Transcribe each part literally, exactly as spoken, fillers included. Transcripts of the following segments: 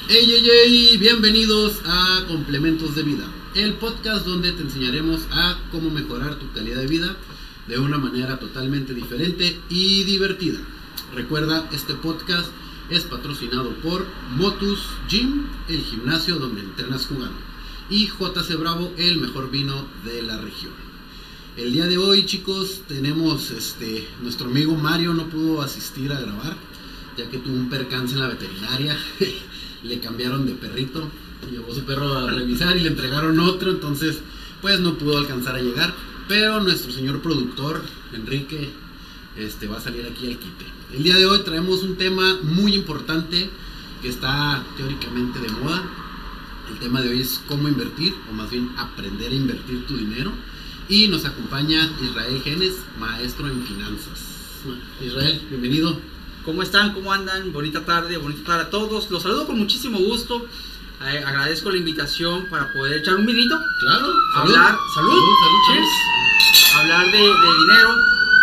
Hey, hey, hey, bienvenidos a Complementos de Vida, el podcast donde te enseñaremos a cómo mejorar tu calidad de vida de una manera totalmente diferente y divertida. Recuerda, este podcast es patrocinado por Motus Gym, el gimnasio donde entrenas jugando, y J C Bravo, el mejor vino de la región. El día de hoy, chicos, tenemos este nuestro amigo Mario no pudo asistir a grabar, ya que tuvo un percance en la veterinaria. Le cambiaron de perrito, llevó su perro a revisar y le entregaron otro, entonces pues no pudo alcanzar a llegar. Pero nuestro señor productor, Enrique, este, va a salir aquí al quite. El día de hoy traemos un tema muy importante que está teóricamente de moda. El tema de hoy es cómo invertir, o más bien aprender a invertir tu dinero. Y nos acompaña Israel Genes, maestro en finanzas. Israel, bienvenido. ¿Cómo están? ¿Cómo andan? Bonita tarde, bonita tarde a todos. Los saludo con muchísimo gusto. Eh, agradezco la invitación para poder echar un vinito. Claro. Hablar, salud, salud, salud, cheers. Salud. Hablar de, de dinero.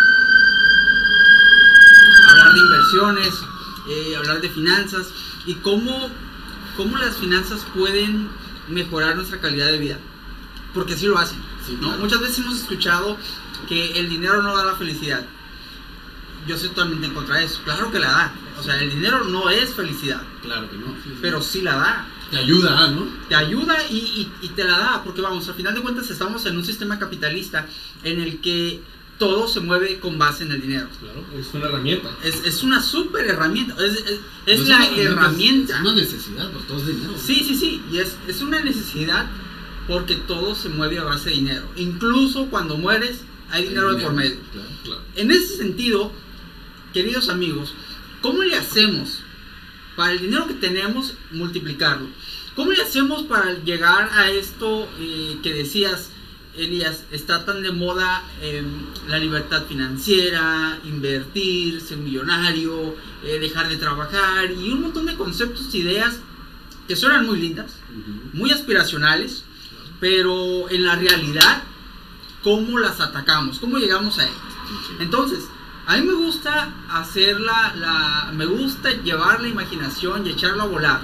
Hablar de inversiones. Eh, hablar de finanzas. Y cómo, cómo las finanzas pueden mejorar nuestra calidad de vida. Porque así lo hacen, sí, ¿no? claro. Muchas veces hemos escuchado que el dinero no da la felicidad. Yo estoy totalmente en contra de eso. Claro que la da. O sea, el dinero no es felicidad. Claro que no. Sí, sí. Pero sí la da. Te ayuda, ¿no? Te ayuda y, y, y te la da. Porque vamos, al final de cuentas estamos en un sistema capitalista en el que todo se mueve con base en el dinero. Claro, es una herramienta. Es, es una súper herramienta. Es, es, es No la es una herramienta. Es una necesidad, por todo es dinero. Sí, sí, sí. Y es, es una necesidad porque todo se mueve a base de dinero. Incluso cuando mueres hay dinero, hay dinero de por medio. Claro, claro. En ese sentido, queridos amigos, ¿cómo le hacemos para el dinero que tenemos multiplicarlo? ¿Cómo le hacemos para llegar a esto eh, que decías, Elías, está tan de moda eh, la libertad financiera, invertir, ser millonario, eh, dejar de trabajar y un montón de conceptos, ideas que suenan muy lindas, uh-huh. muy aspiracionales, pero en la realidad, ¿cómo las atacamos? ¿Cómo llegamos a ellas? Sí. Entonces, a mí me gusta hacer la, la, me gusta llevar la imaginación y echarla a volar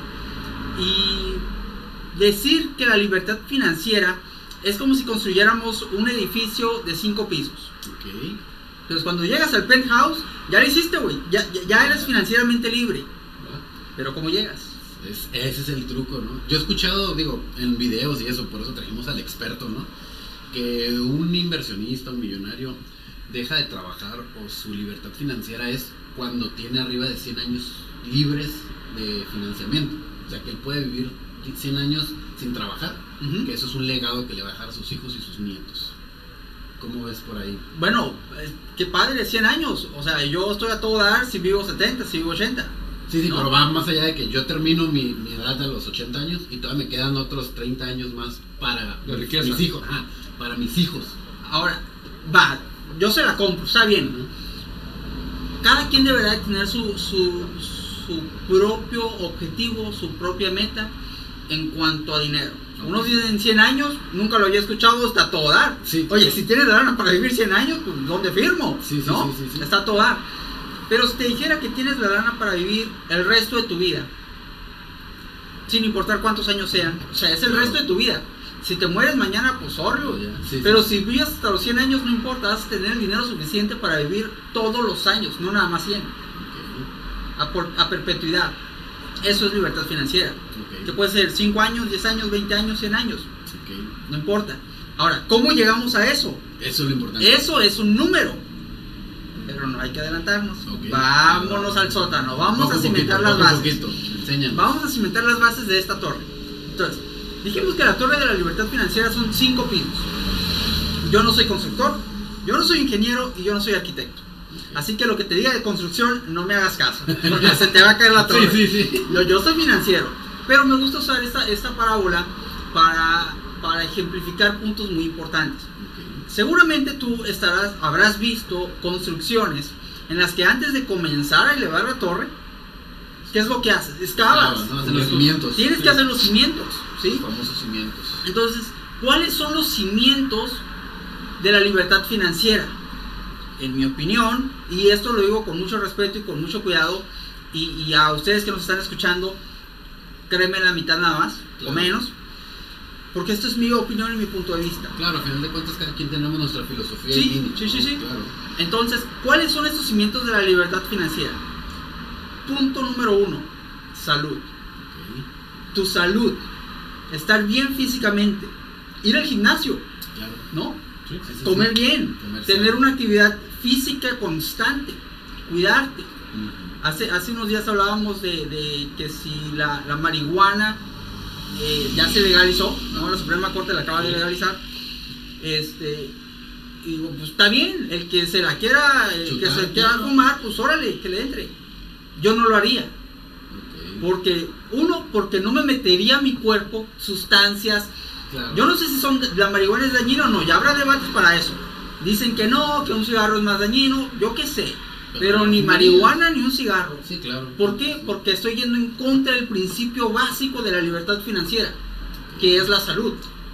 y decir que la libertad financiera es como si construyéramos un edificio de cinco pisos. Okay. Entonces cuando llegas al penthouse, ya lo hiciste, güey, ya, ya, ya eres financieramente libre. Pero ¿cómo llegas? Es, ese es el truco, ¿no? Yo he escuchado, digo, en videos y eso, por eso trajimos al experto, ¿no? Que un inversionista, un millonario, deja de trabajar o su libertad financiera es cuando tiene arriba de cien años libres de financiamiento. O sea, que él puede vivir cien años sin trabajar, uh-huh. que eso es un legado que le va a dejar a sus hijos y sus nietos. ¿Cómo ves por ahí? Bueno, qué padre, cien años. O sea, yo estoy a todo dar si vivo setenta, si vivo ochenta. Sí, sí, ¿no? Pero va más allá de que yo termino mi, mi edad a los ochenta años y todavía me quedan otros treinta años más para la mis, riqueza. mis hijos. Ah, para mis hijos. Ahora, va, yo se la compro, está bien. Cada quien deberá tener su, su, su propio objetivo, su propia meta en cuanto a dinero. Unos dicen cien años, nunca lo había escuchado, está a todo dar. Sí, Oye, claro. si tienes la lana para vivir cien años, pues ¿dónde firmo? Sí, sí, ¿no? sí, sí, sí. Está a todo dar. Pero si te dijera que tienes la lana para vivir el resto de tu vida, sin importar cuántos años sean, o sea, es el claro. resto de tu vida. Si te mueres mañana, pues horrible. Oh, yeah. sí, Pero sí. si vives hasta los cien años, no importa, vas a tener el dinero suficiente para vivir todos los años, no nada más cien. Okay. A, por, a perpetuidad. Eso es libertad financiera. Okay. Que puede ser cinco años, diez años, veinte años, cien años. Okay. No importa. Ahora, ¿cómo llegamos a eso? Eso es lo importante. Eso es un número. Pero no hay que adelantarnos. Okay. Vámonos al sótano. Vamos poco a cimentar poquito, las poco bases. Poquito. Enséñanos. Vamos a cimentar las bases de esta torre. Entonces, dijimos que la torre de la libertad financiera son cinco pisos. Yo no soy constructor, yo no soy ingeniero y yo no soy arquitecto. Así que lo que te diga de construcción, no me hagas caso, porque se te va a caer la torre. Sí, sí, sí. Yo, yo soy financiero, pero me gusta usar esta, esta parábola para, para ejemplificar puntos muy importantes. Okay. Seguramente tú estarás, habrás visto construcciones en las que antes de comenzar a elevar la torre, ¿qué es lo que haces? Excavas. Claro, no, hacer los cimientos. Tienes que hacer los cimientos, ¿sí? Los famosos cimientos. Entonces, ¿cuáles son los cimientos de la libertad financiera? En mi opinión, y esto lo digo con mucho respeto y con mucho cuidado, y, y a ustedes que nos están escuchando, créeme la mitad nada más, claro. o menos. Porque esto es mi opinión y mi punto de vista. Claro, al final de cuentas cada quien tenemos nuestra filosofía. Sí, y línea, sí, sí, ¿no? sí. Claro. Entonces, ¿cuáles son estos cimientos de la libertad financiera? Punto número uno, salud. Okay. Tu salud, estar bien físicamente, ir al gimnasio, Claro. ¿no? Sí, sí, sí, Comer sí. bien, Comer tener sano. una actividad física constante, cuidarte. Ujú. Hace, hace unos días hablábamos de, de que si la, la marihuana eh, ya se legalizó, ¿no? La Suprema Corte la acaba de legalizar. Este, y digo, pues está bien, el que se la quiera, el que Chutar, se quiera claro. fumar, pues órale, que le entre. Yo no lo haría, Ok. porque uno, porque no me metería a mi cuerpo sustancias. Claro. Yo no sé si son la marihuana es dañina o no, ya habrá debates para eso. Dicen que no, que un cigarro es más dañino, yo qué sé. Pero Pero no ni fumarías. marihuana ni un cigarro. Sí, claro. ¿Por qué? Porque estoy yendo en contra del principio básico de la libertad financiera, que es la salud,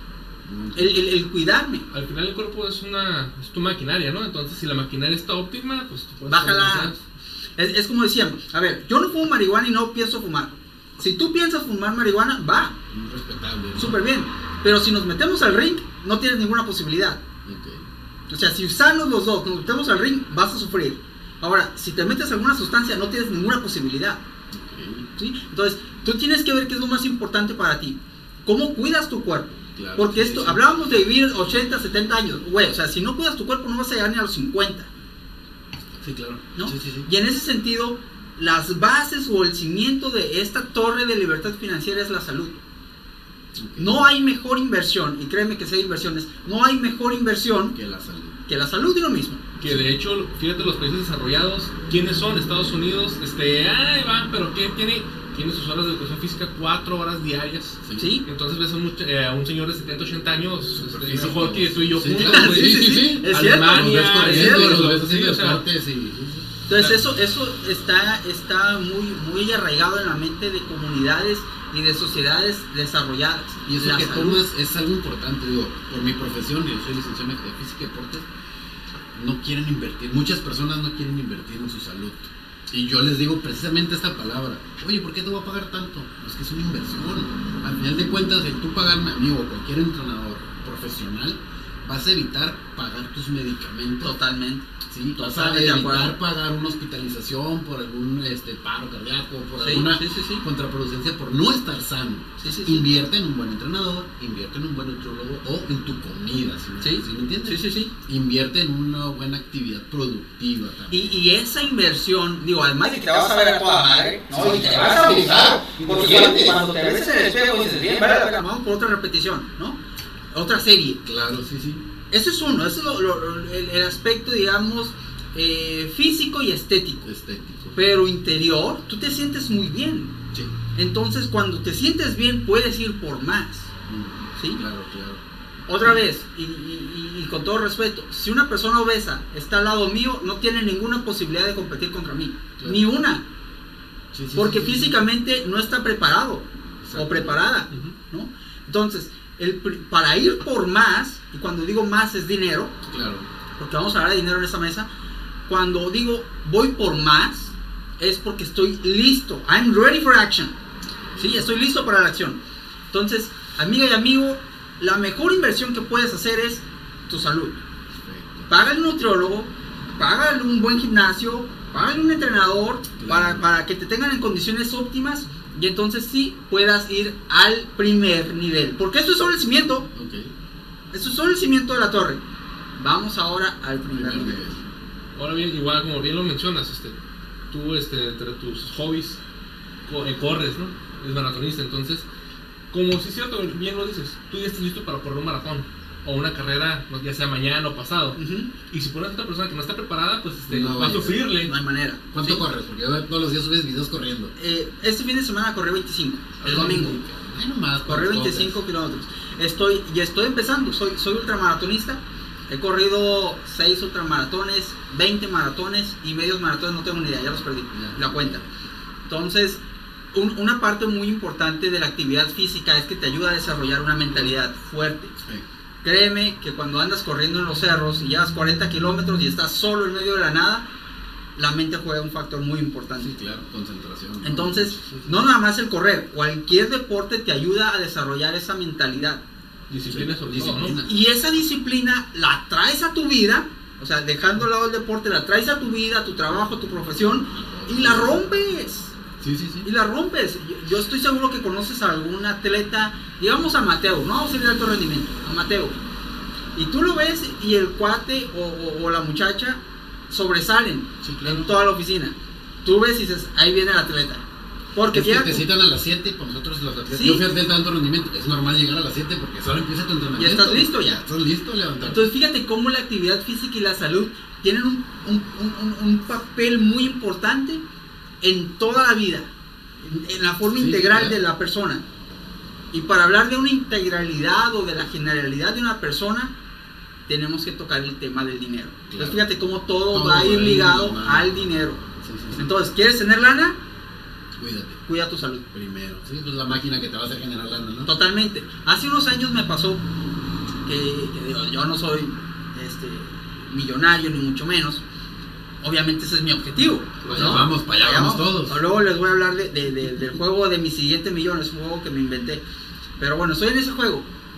el, el, el cuidarme. Al final el cuerpo es una es tu maquinaria, ¿no? Entonces si la maquinaria está óptima, pues tú puedes Bájala. hacer lo que Es, es como decíamos, a ver, yo no fumo marihuana y no pienso fumar. Si tú piensas fumar marihuana, va, Muy respetable, ¿no? súper bien. Pero si nos metemos al ring, no tienes ninguna posibilidad. Ok. O sea, si sanos los dos, nos metemos al ring, vas a sufrir. Ahora, si te metes alguna sustancia, no tienes ninguna posibilidad. Ok. ¿Sí? Entonces, tú tienes que ver qué es lo más importante para ti. ¿Cómo cuidas tu cuerpo? Claro, Porque sí, esto, sí. hablábamos de vivir ochenta, setenta años. Güey, o sea, si no cuidas tu cuerpo, no vas a llegar ni a los cincuenta. Sí, claro. ¿No? Sí, sí, sí. Y en ese sentido, las bases o el cimiento de esta torre de libertad financiera es la salud. Ok. No hay mejor inversión, y créeme que si hay inversiones, no hay mejor inversión Que la salud. que la salud y lo mismo. Que de hecho, fíjate, los países desarrollados, ¿quiénes son? Estados Unidos, este, ay, van, pero ¿qué tiene? Tiene sus horas de educación física, cuatro horas diarias. ¿Sí? Entonces ves a un, much- eh, a un señor de setenta, ochenta años, Súper este, físico. mejor que tú y yo Sí, juntos, claro, güey. sí, sí, sí. Es cierto. Alemania, Los ves corriendo, es cierto. los ves haciendo sí, o sea, deportes y... Entonces Claro. eso, eso está, está muy, muy arraigado en la mente de comunidades y de sociedades desarrolladas. Y eso La que salud. tomas es algo importante, digo, por mi profesión, yo soy licenciado en actividad física y deportes, no quieren invertir, muchas personas no quieren invertir en su salud. Y yo les digo precisamente esta palabra, oye, ¿por qué te voy a pagar tanto? Es que es una inversión. Al final de cuentas, el tú pagarme a mí o cualquier entrenador profesional, vas a evitar pagar tus medicamentos. Totalmente. Sí, vas a Totalmente de evitar acuerdo. pagar una hospitalización por algún este, paro cardíaco, por Sí, alguna sí, sí, sí. contraproducencia, por no estar sano. Sí, sí, sí. Invierte en un buen entrenador, invierte en un buen nutriólogo o en tu comida, ¿sí, me- Sí. ¿sí me entiendes? Sí, sí, sí. Invierte en una buena actividad productiva también. Y, y esa inversión, digo, además de que te vas a ver a toda madre, ¿no? Y te vas a gustar, porque cuando, cuando te ves en el espejo dices, bien, vale la vale, pena, vamos por otra repetición, ¿no? Otra serie. Claro, sí, sí. Eso es uno, eso es lo- lo- el, el aspecto, digamos, eh, físico y estético. Estético. Pero interior, tú te sientes muy bien. Sí. Entonces, cuando te sientes bien, puedes ir por más. Mm, ¿Sí? Claro, claro. Otra vez, y, y- y- y con todo respeto, si una persona obesa está al lado mío, no tiene ninguna posibilidad de competir contra mí. Claro. Ni una. Sí, sí, Porque sí, sí, sí. físicamente no está preparado Exacto. o preparada, Ujú. ¿no? Entonces, el, pri- para ir por más, y cuando digo más es dinero, Claro. porque vamos a hablar de dinero en esta mesa, cuando digo voy por más, es porque estoy listo. I'm ready for action. Sí, estoy listo para la acción. Entonces, amiga y amigo, la mejor inversión que puedes hacer es tu salud. Perfecto. Págale un nutriólogo, págale un buen gimnasio, págale un entrenador Claro. para, para que te tengan en condiciones óptimas y entonces sí puedas ir al primer nivel. Porque esto es solo el cimiento, Ok. esto es solo el cimiento de la torre. Vamos ahora al primer, Primer nivel. nivel. Ahora bien, igual como bien lo mencionas, este, tú este, entre tus hobbies co- eh, corres, ¿no? Es maratonista, entonces, como si es cierto, bien lo dices, tú ya estás listo para correr un maratón o una carrera, no, ya sea mañana o pasado. Ujú. Y si pones a otra persona que no está preparada, pues este, No va a vaya. sufrirle. No hay manera. ¿Cuánto Sí. corres? Porque yo todos los días subes videos corriendo. Eh, este fin de semana corrí veinticinco, el Ay, domingo. Ay, nomás. Corrí ¿cuántos veinticinco kilómetros. Estoy, y estoy empezando, soy, soy ultramaratonista. He corrido seis ultramaratones, veinte maratones y medios maratones, no tengo ni idea, ya los perdí, Ya. la cuenta. Entonces, un- una parte muy importante de la actividad física es que te ayuda a desarrollar una mentalidad fuerte. Sí. Créeme que cuando andas corriendo en los cerros y llevas cuarenta kilómetros y estás solo en medio de la nada, la mente juega un factor muy importante. Sí, claro, concentración. ¿no? Entonces, no nada más el correr, cualquier deporte te ayuda a desarrollar esa mentalidad. Disciplina sobre Disciplina. todo, ¿no? Y esa disciplina la traes a tu vida, o sea, dejando al lado el deporte, la traes a tu vida, a tu trabajo, a tu profesión, y la rompes. Sí, sí, sí. Y la rompes. Yo, yo estoy seguro que conoces a algún atleta, digamos amateur, no vamos a ir de alto rendimiento, amateur. Y tú lo ves y el cuate o, o, o la muchacha sobresalen Sí, claro. en toda la oficina. Tú ves y dices, ahí viene el atleta. Porque Es que llega te con- citan a las siete, por nosotros los atletas. Sí. Yo fui atleta de alto rendimiento. Es normal llegar a las siete porque solo empieza tu entrenamiento. Ya estás listo ya. Estás listo a levantarte. Entonces fíjate cómo la actividad física y la salud tienen un, un, un, un- un papel muy importante en toda la vida, en, en la forma Sí, integral claro. de la persona. Y para hablar de una integralidad o de la generalidad de una persona, tenemos que tocar el tema del dinero. Entonces Claro. fíjate cómo todo, Todo va a ir va a ir ligado ligado. al dinero. Sí, sí, sí. Entonces, ¿quieres tener lana? Cuídate. Cuida tu salud. Primero. Sí, pues la máquina que te va a hacer generar lana, ¿no? Totalmente. Hace unos años me pasó que, que digo, yo no soy este, millonario ni mucho menos. Obviamente ese es mi objetivo. Para allá vamos, para allá vamos todos. Luego les voy a hablar de, de- de- del juego de mi siguiente millón, es un juego que me inventé. Pero bueno, estoy en ese juego.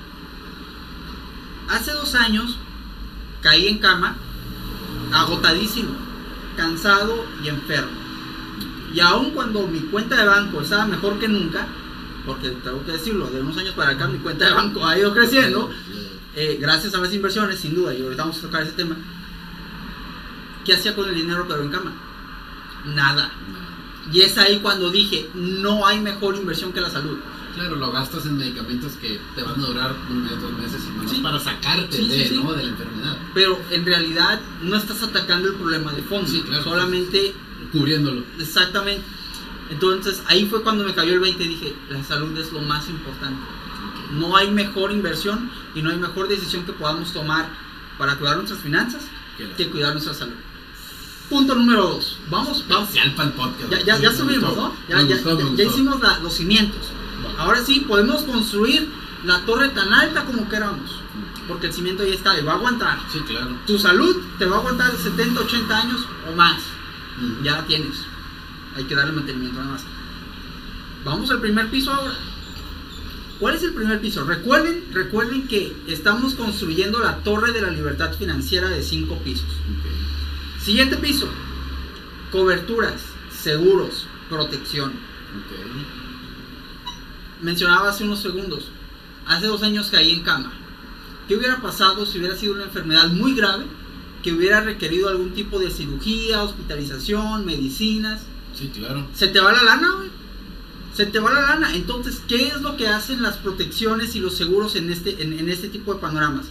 Hace dos años caí en cama, agotadísimo, cansado y enfermo. Y aun cuando mi cuenta de banco estaba mejor que nunca, porque tengo que decirlo, de unos años para acá mi cuenta de banco ha ido creciendo, eh, gracias a las inversiones, sin duda, y ahorita vamos a tocar ese tema. ¿Qué hacía con el dinero pero en cama? Nada. Y es ahí cuando dije, no hay mejor inversión que la salud. Claro, lo gastas en medicamentos que te van a durar un mes, dos meses y más Sí. para sacarte Sí, sí, de, sí. ¿no? de la enfermedad. Pero en realidad no estás atacando el problema de fondo, Sí, claro. solamente, Cubriéndolo. exactamente. Entonces ahí fue cuando me cayó el veinte y dije, la salud es lo más importante. No hay mejor inversión y no hay mejor decisión que podamos tomar para cuidar nuestras finanzas Que la- que cuidar nuestra salud. Punto número dos. Vamos, vamos. Especial para el podcast. Ya, ya, ya Me subimos, gustó. ¿no? Ya, Me ya- gustó, me ya- gustó. ya hicimos la- los cimientos. Ahora sí, podemos construir la torre tan alta como queramos. Porque el cimiento ya está y va a aguantar. Sí, claro. Tu salud te va a aguantar setenta, ochenta años o más. Ujú. Ya la tienes. Hay que darle mantenimiento nada más. Vamos al primer piso ahora. ¿Cuál es el primer piso? Recuerden, recuerden que estamos construyendo la torre de la libertad financiera de cinco pisos. Ok, Siguiente piso. Coberturas, seguros, protección. ok. Mencionaba hace unos segundos. Hace dos años caí en cama. ¿Qué hubiera pasado si hubiera sido una enfermedad muy grave? Que hubiera requerido algún tipo de cirugía, hospitalización, medicinas. Sí, claro. Se te va la lana, güey. Se te va la lana. Entonces, ¿qué es lo que hacen las protecciones y los seguros en este, en, en este tipo de panoramas?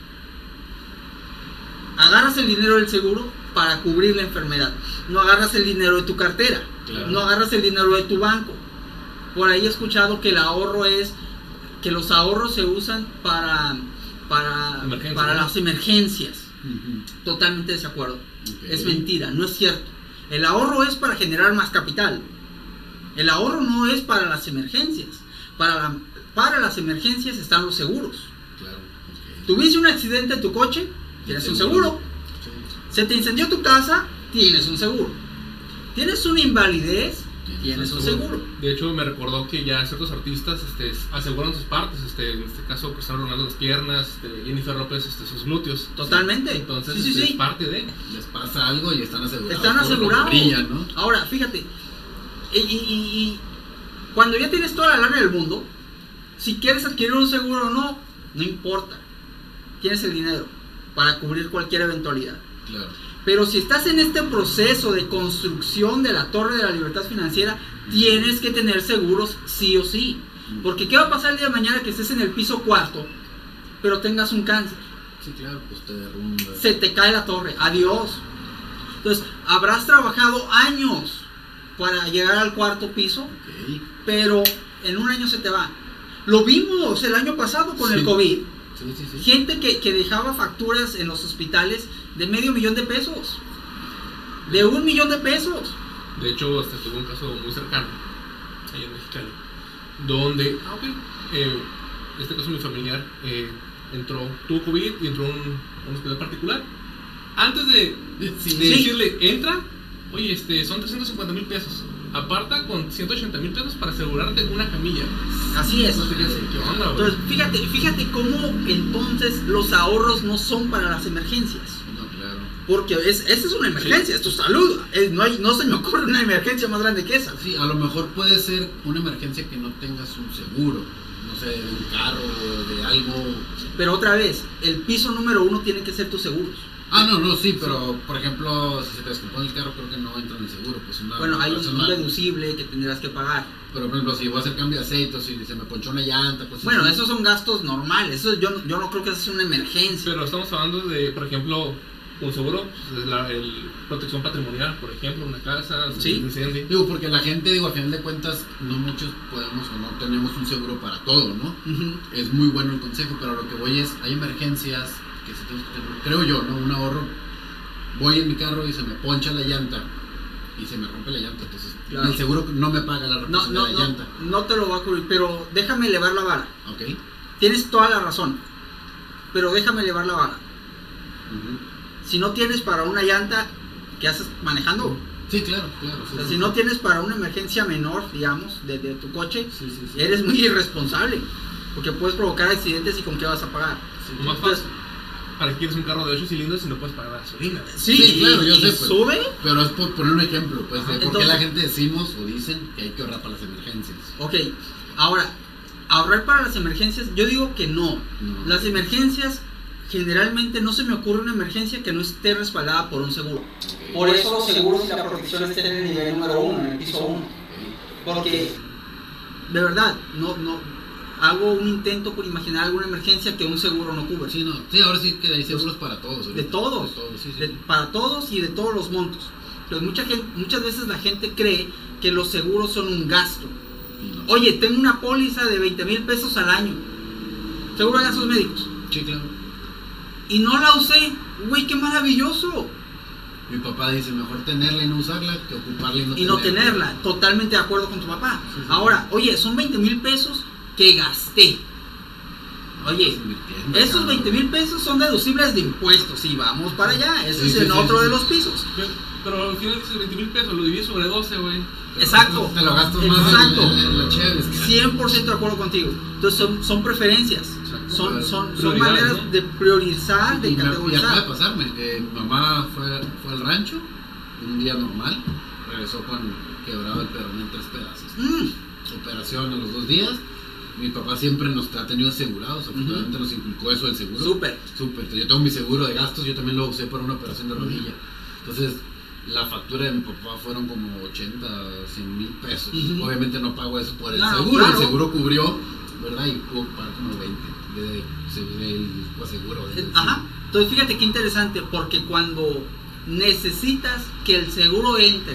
Agarras el dinero del seguro para cubrir la enfermedad. No agarras el dinero de tu cartera. Claro. No agarras el dinero de tu banco. Por ahí he escuchado que el ahorro es, que los ahorros se usan para, para, Emergencias, para ¿no? las emergencias. Ujú. Totalmente desacuerdo. Ok. Es mentira, no es cierto. El ahorro es para generar más capital. El ahorro no es para las emergencias. Para, la- para las emergencias están los seguros. Claro. ok. Tuviste un accidente en tu coche, tienes un seguro. Sí. Se te incendió tu casa, tienes un seguro. Tienes una invalidez, tienes un seguro. De hecho, me recordó que ya ciertos artistas este, aseguran sus partes. Este, en este caso, Cristiano Ronaldo las piernas, este, Jennifer López este, sus glúteos. Totalmente. Entonces, Sí, sí, este, sí. es parte de. Les pasa algo y están asegurados. Están por lo que asegurados. brillan, ¿no? Ahora, fíjate, y, y- y- y cuando ya tienes toda la lana del mundo, si quieres adquirir un seguro o no, no importa. Tienes el dinero para cubrir cualquier eventualidad. Claro. Pero si estás en este proceso de construcción de la torre de la libertad financiera, tienes que tener seguros sí o sí. Porque ¿qué va a pasar el día de mañana que estés en el piso cuarto, pero tengas un cáncer? Sí, claro, pues te derrumba. Se te cae la torre, adiós. Entonces, habrás trabajado años para llegar al cuarto piso, Ok. pero en un año se te va. Lo vimos el año pasado con Sí. el COVID. Sí, sí, sí. Gente que, que dejaba facturas en los hospitales de medio millón de pesos. De un millón de pesos. De hecho, hasta tuve un caso muy cercano, ahí en Mexicali, donde, ah, ok, eh, en este caso mi familiar eh, entró, tuvo COVID y entró a un, a un hospital particular. Antes de, Sí. de decirle, entra, oye, este, son trescientos cincuenta mil pesos. Aparta con ciento ochenta mil pesos para asegurarte una camilla. Así es. No sé qué, qué onda, güey. Entonces, fíjate, fíjate cómo entonces los ahorros no son para las emergencias. No, claro. Porque es, esa es una emergencia, sí. Es tu salud. Es, no, hay, no se me ocurre una emergencia más grande que esa. Sí, a lo mejor puede ser una emergencia que no tengas un seguro. No sé, de un carro, de algo. Pero otra vez, el piso número uno tiene que ser tus seguros. Ah, no, no, sí, pero por ejemplo, si se te descompone el carro, creo que no entra en el seguro. Pues una, bueno, hay un mal. deducible que tendrás que pagar. Pero por ejemplo, si voy a hacer cambio de aceite, o si se me ponchó una llanta, pues. Bueno, así. esos son gastos normales. Eso yo, yo no creo que eso sea una emergencia. Pero estamos hablando de, por ejemplo, un seguro, pues, la el protección patrimonial, por ejemplo, una casa, sí. un incendio. Digo, porque la gente, digo, al final de cuentas, no muchos podemos o no tenemos un seguro para todo, ¿no? Uh-huh. Es muy bueno el consejo, pero lo que voy es, hay emergencias que se tenemos que tener, creo yo, ¿no? Un ahorro. Voy en mi carro y se me poncha la llanta y se me rompe la llanta, entonces claro. el seguro no me paga la reparación no, no, de la no, llanta. No te lo va a cubrir, pero déjame elevar la vara. Ok. Tienes toda la razón, pero déjame elevar la vara. Uh-huh. Si no tienes para una llanta, ¿qué haces manejando? Sí, claro, claro. Sí, O sea, sí, si no tienes para una emergencia menor, digamos, de, de tu coche, sí, sí, sí. eres muy irresponsable, porque puedes provocar accidentes y con qué vas a pagar. Sí, Más Entonces, fácil. ¿Para qué quieres un carro de ocho cilindros si no puedes pagar gasolina? sí, Sí, claro, y, yo y sé, pues. sube. Pero es por poner un ejemplo, pues, de por qué Entonces- la gente decimos o dicen que hay que ahorrar para las emergencias. Ok, ahora, ahorrar para las emergencias, yo digo que no. No. Las emergencias, generalmente no se me ocurre una emergencia que no esté respaldada por un seguro. Por eso los seguros y la protección estén en el nivel número uno, en el piso uno. Porque, de verdad, no, no, hago un intento por imaginar alguna emergencia que un seguro no cubre. Sí, no. Sí, ahora sí que hay seguros para todos. ahorita. De todos, De todos, sí, sí. de- para todos y de todos los montos. Entonces, mucha gente, muchas veces la gente cree que los seguros son un gasto. Y no. Oye, tengo una póliza de veinte mil pesos al año, seguro de gastos médicos, Sí, claro. y no la usé. Güey, qué maravilloso. Mi papá dice, mejor tenerla y no usarla que ocuparla y no Y no tenerla. tenerla, totalmente de acuerdo con tu papá. Sí, sí. Ahora, oye, son veinte mil pesos que gasté. Oye, Estás invirtiendo, esos cabrón. veinte mil pesos son deducibles de impuestos y vamos para allá. Ese Sí, es sí, en sí, otro sí, de sí. los pisos. Pero, pero al final dices veinte mil pesos, lo divides sobre doce, güey. Pero Exacto. Te lo gastas más Exacto. en, en, en la chévere. cien por ciento de acuerdo contigo. Entonces son, son preferencias, Exacto. son, son, son Prioridades, maneras ¿no? de priorizar, de Y, me- y acaba de categorizar. pasarme. Eh, mi mamá fue, fue al rancho un día normal. Regresó con quebrado el peroné en tres pedazos. Mm, Operación a los dos días. Mi papá siempre nos ha tenido asegurados. Afortunadamente nos inculcó eso del seguro. Súper. Súper. Yo tengo mi seguro de gastos. Yo también lo usé para una operación de rodilla. Entonces, la factura de mi papá fueron como ochenta, cien mil pesos. Ujú. Obviamente no pago eso por el Claro, seguro. claro. El seguro cubrió, ¿verdad? Y puedo pagar como veinte de, de, del coaseguro. Eh, Ajá. Entonces fíjate qué interesante, porque cuando necesitas que el seguro entre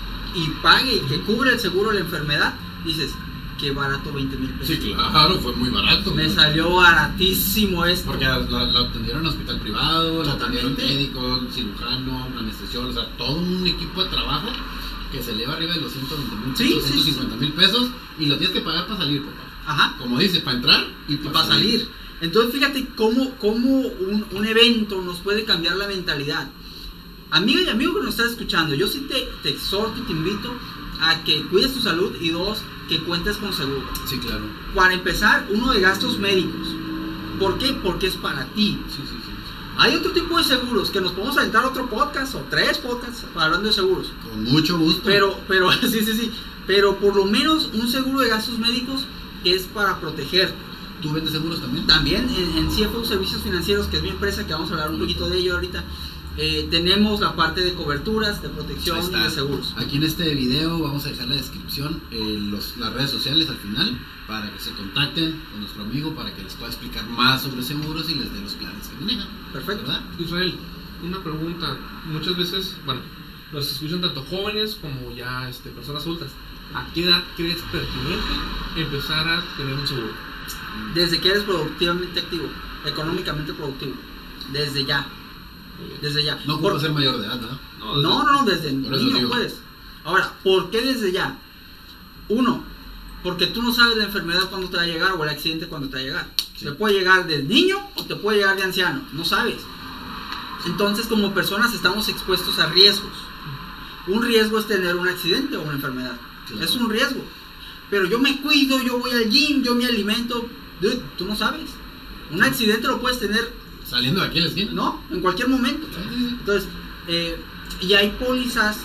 y pague y que cubre el seguro la enfermedad, dices, qué barato veinte mil pesos. Sí, claro, fue muy barato. Me ¿no? salió baratísimo esto. Porque la, la, la atendieron en hospital privado, la atendieron Totalmente. médico, cirujano, un anestesiólogo, o sea, todo un equipo de trabajo que se eleva arriba de los ciento veinte mil Sí, pesos, sí, ciento cincuenta mil pesos y lo tienes que pagar para salir, papá. Ajá. Como dice, para entrar y Y para, para salir. Entonces fíjate cómo, cómo un, un evento nos puede cambiar la mentalidad. Amiga y amigo que nos estás escuchando, yo sí te, te exhorto y te invito a que cuides tu salud y dos, que cuentes con seguro. Sí, claro. Para empezar, uno de gastos médicos. ¿Por qué? Porque es para ti. Sí, sí, sí. Hay otro tipo de seguros que nos podemos aventar otro podcast o tres podcasts hablando de seguros. Con mucho gusto. Pero, pero, sí, sí, sí. Pero por lo menos un seguro de gastos médicos es para proteger. ¿Tú vendes seguros también? También en, en C F O Servicios Financieros, que es mi empresa, que vamos a hablar un poquito de ello ahorita, eh, tenemos la parte de coberturas, de protección Ahí y está. de seguros. Aquí en este video vamos a dejar la descripción, eh, los, las redes sociales al final, para que se contacten con nuestro amigo, para que les pueda explicar más sobre seguros y les dé los planes que manejan. Perfecto. ¿Verdad? Israel, una pregunta. Muchas veces, bueno, nos escuchan tanto jóvenes como ya este, personas adultas. ¿A qué edad crees pertinente empezar a tener un seguro? Desde que eres productivamente activo, económicamente productivo. Desde ya. Muy bien. Desde ya. No Por- ocupa ser mayor de edad, ¿verdad? No, No, no, no, desde Por eso niño digo. puedes. Ahora, ¿por qué desde ya? Uno, porque tú no sabes la enfermedad cuándo te va a llegar o el accidente cuándo te va a llegar. Sí. Te puede llegar de niño o te puede llegar de anciano, no sabes. Entonces, como personas estamos expuestos a riesgos. Un riesgo es tener un accidente o una enfermedad. Claro. Es un riesgo. Pero yo me cuido, yo voy al gym, yo me alimento. Dude, tú no sabes. Un accidente lo puedes tener, Saliendo de aquí a la esquina. ¿no? En cualquier momento. Sí, sí, sí. Entonces, eh, y hay pólizas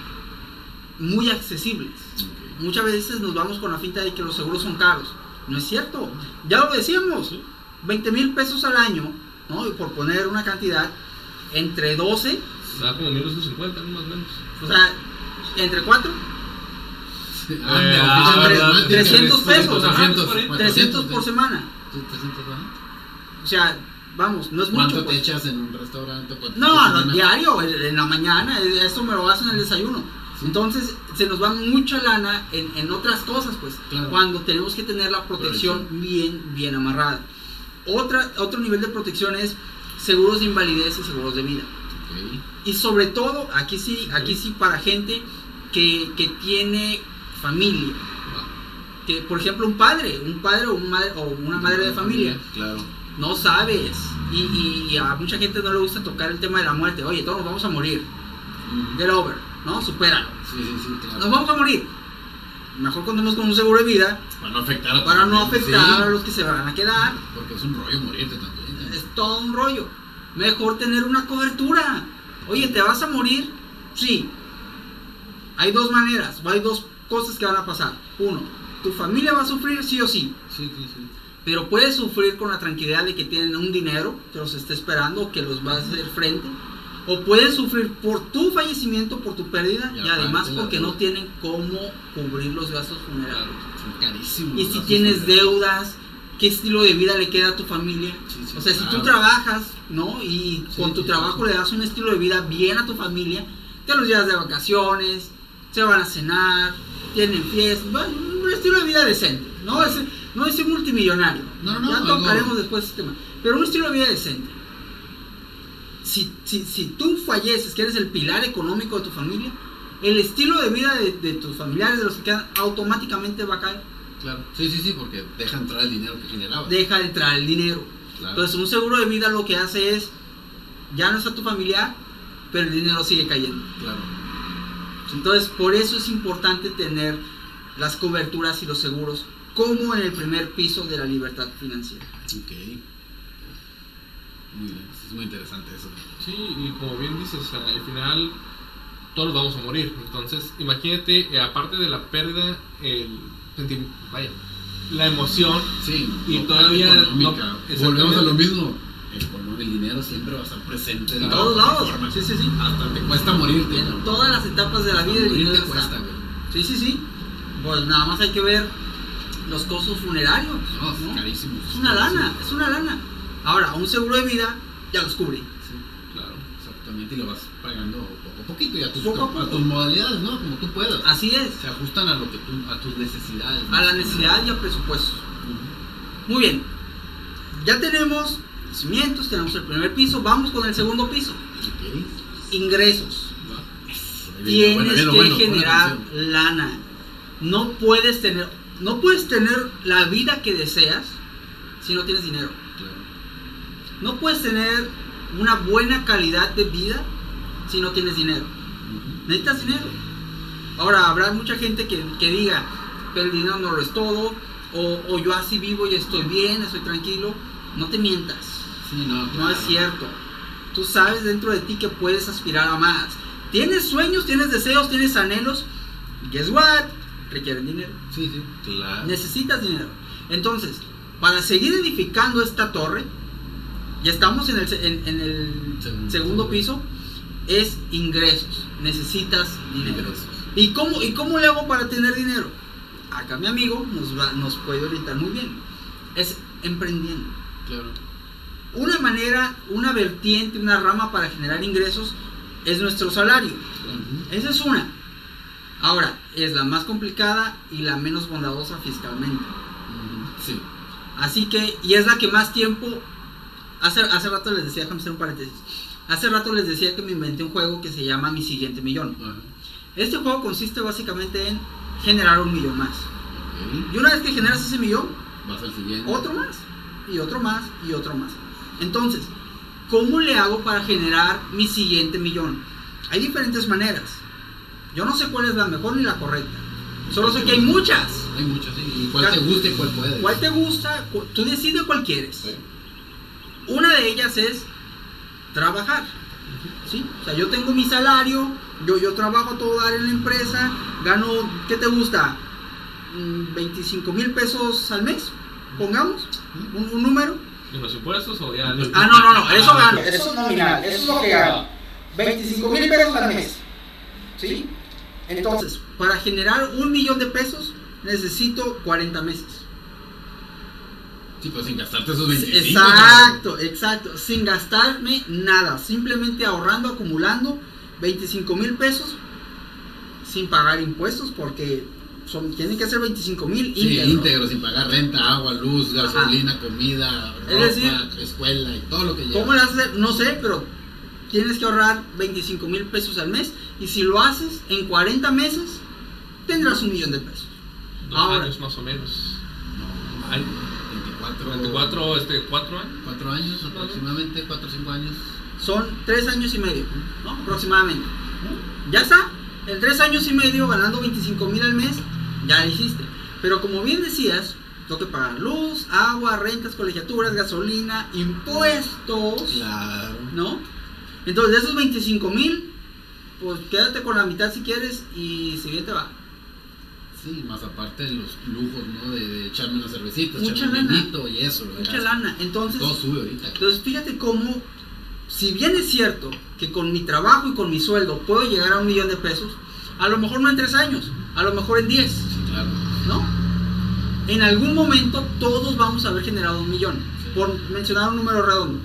muy accesibles. Ok. Muchas veces nos vamos con la finta de que los seguros son caros. No es cierto. Ya lo decíamos. veinte mil pesos al año, ¿no? Y por poner una cantidad, entre doce, Da como mil doscientos cincuenta, ¿no? Más o menos. o sea, entre cuatro, Sí. Ah, de ah, oficina tres- matemática, trescientos güey. pesos, ajá, cuatrocientos, trescientos trescientos por sí. semana. Sí, trescientos, ajá. O sea, vamos, no es ¿Cuánto mucho. te pues. echas en un restaurante? ¿Cuánto No, te no, echas diario, en la mañana, esto me lo hacen en el desayuno. Entonces, se nos va mucha lana en, en otras cosas, pues, Claro. cuando tenemos que tener la protección bien, bien amarrada. Otra, otro nivel de protección es seguros de invalidez y seguros de vida. Ok. Y sobre todo, aquí sí, aquí sí para gente que, que tiene familia. Que, por ejemplo, un padre, un padre o, un madre, o una madre de familia, Claro. no sabes. Y, y- y a mucha gente no le gusta tocar el tema de la muerte. Oye, todos nos vamos a morir. Ujú. Get over, ¿no? Supéralo. Sí, sí, sí, claro. Nos vamos a morir. Mejor contemos con un seguro de vida Para no afectar a tu para no familia, afectar sí, a los que se van a quedar. porque es un rollo morirte también. Es todo un rollo. Mejor tener una cobertura. Oye, ¿te vas a morir? Sí. Hay dos maneras, o hay dos cosas que van a pasar. Uno, tu familia va a sufrir sí o sí, Sí, sí, sí. pero puedes sufrir con la tranquilidad de que tienen un dinero que los está esperando o que los va a hacer frente. O pueden sufrir por tu fallecimiento, por tu pérdida, Y y además aparte la porque no deuda. tienen cómo cubrir los gastos funerarios. Son carísimos. Y si los tienes gastos funerarios. deudas, ¿qué estilo de vida le queda a tu familia? Sí, sí, O sea, si claro. tú trabajas, ¿no? Y Sí, con tu sí, trabajo sí. le das un estilo de vida bien a tu familia, te los llevas de vacaciones, se van a cenar, tienen fiestas, bueno, un estilo de vida decente, ¿no? Es, no es ser multimillonario, No, no, ya algo- tocaremos después ese tema, pero un estilo de vida decente. Si, si, si tú falleces, que eres el pilar económico de tu familia, el estilo de vida de, de tus familiares, de los que quedan, automáticamente va a caer. Claro. Sí, sí, sí, porque deja entrar el dinero que generaba. Deja de entrar el dinero. Claro. Entonces un seguro de vida lo que hace es, ya no está tu familiar, pero el dinero sigue cayendo. Claro. Entonces por eso es importante tener las coberturas y los seguros como en el primer piso de la libertad financiera. Ok. Muy bien. Es muy interesante eso. Sí, y como bien dices, al final todos vamos a morir. Entonces, imagínate, eh, aparte de la pérdida, el sentir, vaya, la emoción. Sí. Y no, todavía económica. no- Volvemos a exactamente. lo mismo. El, econo- el dinero siempre va a estar presente de En alguna todos lados. forma. Sí, sí, sí. Hasta te cuesta morirte. En ¿no? todas las etapas de la vida el Morir dinero te está. cuesta, güey. Sí, sí, sí. Pues nada más hay que ver los costos funerarios. No, es ¿no? carísimo. Es una lana, es una lana. Ahora, un seguro de vida ya los cubre. Sí, claro, exactamente. Y lo vas pagando poco a poquito y a tus, Poco a poco. a tus modalidades, ¿no? Como tú puedas. Así es. Se ajustan a lo que tú, a tus necesidades. A la necesidad y al presupuesto. Ujú. Muy bien. Ya tenemos cimientos, tenemos el primer piso. Vamos con el segundo piso. Ok. Ingresos. Va. Tienes Bueno, bien, que bueno, pon generar atención. lana. No puedes tener, no puedes tener la vida que deseas si no tienes dinero. Claro. No puedes tener una buena calidad de vida si no tienes dinero. Ujú. Necesitas dinero. Ahora, habrá mucha gente que, que diga, pero el dinero no lo es todo, o, o yo así vivo y estoy bien, estoy tranquilo. No te mientas, Sí, no. no claro. es cierto. Tú sabes dentro de ti que puedes aspirar a más. Tienes sueños, tienes deseos, tienes anhelos. Guess what? Requieren dinero. Sí, sí. Claro. Necesitas dinero. Entonces, para seguir edificando esta torre, ya estamos en el, se- en, en el Segundo. segundo piso, es ingresos. Necesitas dinero. Ingresos. ¿Y cómo, ¿Y cómo le hago para tener dinero? Acá mi amigo nos, va, nos puede orientar muy bien. Es emprendiendo. Claro. Una manera, una vertiente, una rama para generar ingresos es nuestro salario. Ujú. Esa es una. Ahora, es la más complicada y la menos bondadosa fiscalmente. Ujú. Sí. Así que, y es la que más tiempo. Hace, hace rato les decía, déjame hacer un paréntesis. Hace rato les decía que me inventé un juego que se llama Mi Siguiente Millón. Ajá. Este juego consiste básicamente en generar un millón más. Ok. Y una vez que generas ese millón, Vas al siguiente. otro más, y otro más, y otro más. Entonces, ¿cómo le hago para generar mi siguiente millón? Hay diferentes maneras. Yo no sé cuál es la mejor ni la correcta. Solo sé que hay muchas. Hay muchas, sí. ¿Y cuál te gusta y cuál puedes? ¿Cuál te gusta? Cu- Tú decides cuál quieres. Sí. Una de ellas es trabajar. ¿Sí? O sea, yo tengo mi salario, yo, yo trabajo a todo dar en la empresa, gano, ¿qué te gusta? Mm, veinticinco mil pesos al mes, pongamos, un, un número. ¿En los impuestos o ya? Ah, no, no, no, eso gano. Eso es nominal, eso es lo que gano. veinticinco mil pesos al mes. ¿Sí? Entonces, Entonces, para generar un millón de pesos, necesito cuarenta meses. Sí, pues sin gastarte esos veinticinco. Exacto, exacto, sin gastarme nada, simplemente ahorrando, acumulando veinticinco mil pesos, sin pagar impuestos, porque son, tienen que ser veinticinco mil Sí, íntegros. íntegro, sin pagar renta, agua, luz, gasolina, comida, Es ropa, decir, escuela y todo lo que lleva. ¿Cómo lo haces? No sé, pero tienes que ahorrar veinticinco mil pesos al mes, y si lo haces en cuarenta meses, tendrás un millón de pesos. Dos Ahora. años más o menos. No, Ay, veinticuatro, veinticuatro, este, cuatro años. cuatro años aproximadamente, cuatro o cinco años. Son tres años y medio, ¿no? Aproximadamente. Ya está, en tres años y medio ganando veinticinco mil al mes, ya lo hiciste. Pero como bien decías, tengo que pagar luz, agua, rentas, colegiaturas, gasolina, impuestos, Claro. ¿no? Entonces de esos veinticinco mil, pues quédate con la mitad si quieres y si bien te va. Sí, más aparte de los lujos, ¿no? De, de echarme unas cervecitas, Mucha echarme un lana. vinito y eso. Mucha ¿verdad? lana. Entonces, Todo sube ahorita. entonces fíjate cómo, si bien es cierto que con mi trabajo y con mi sueldo puedo llegar a un millón de pesos, a lo mejor no en tres años, a lo mejor en diez. Sí, claro. ¿No? En algún momento todos vamos a haber generado un millón, Sí. por mencionar un número redondo.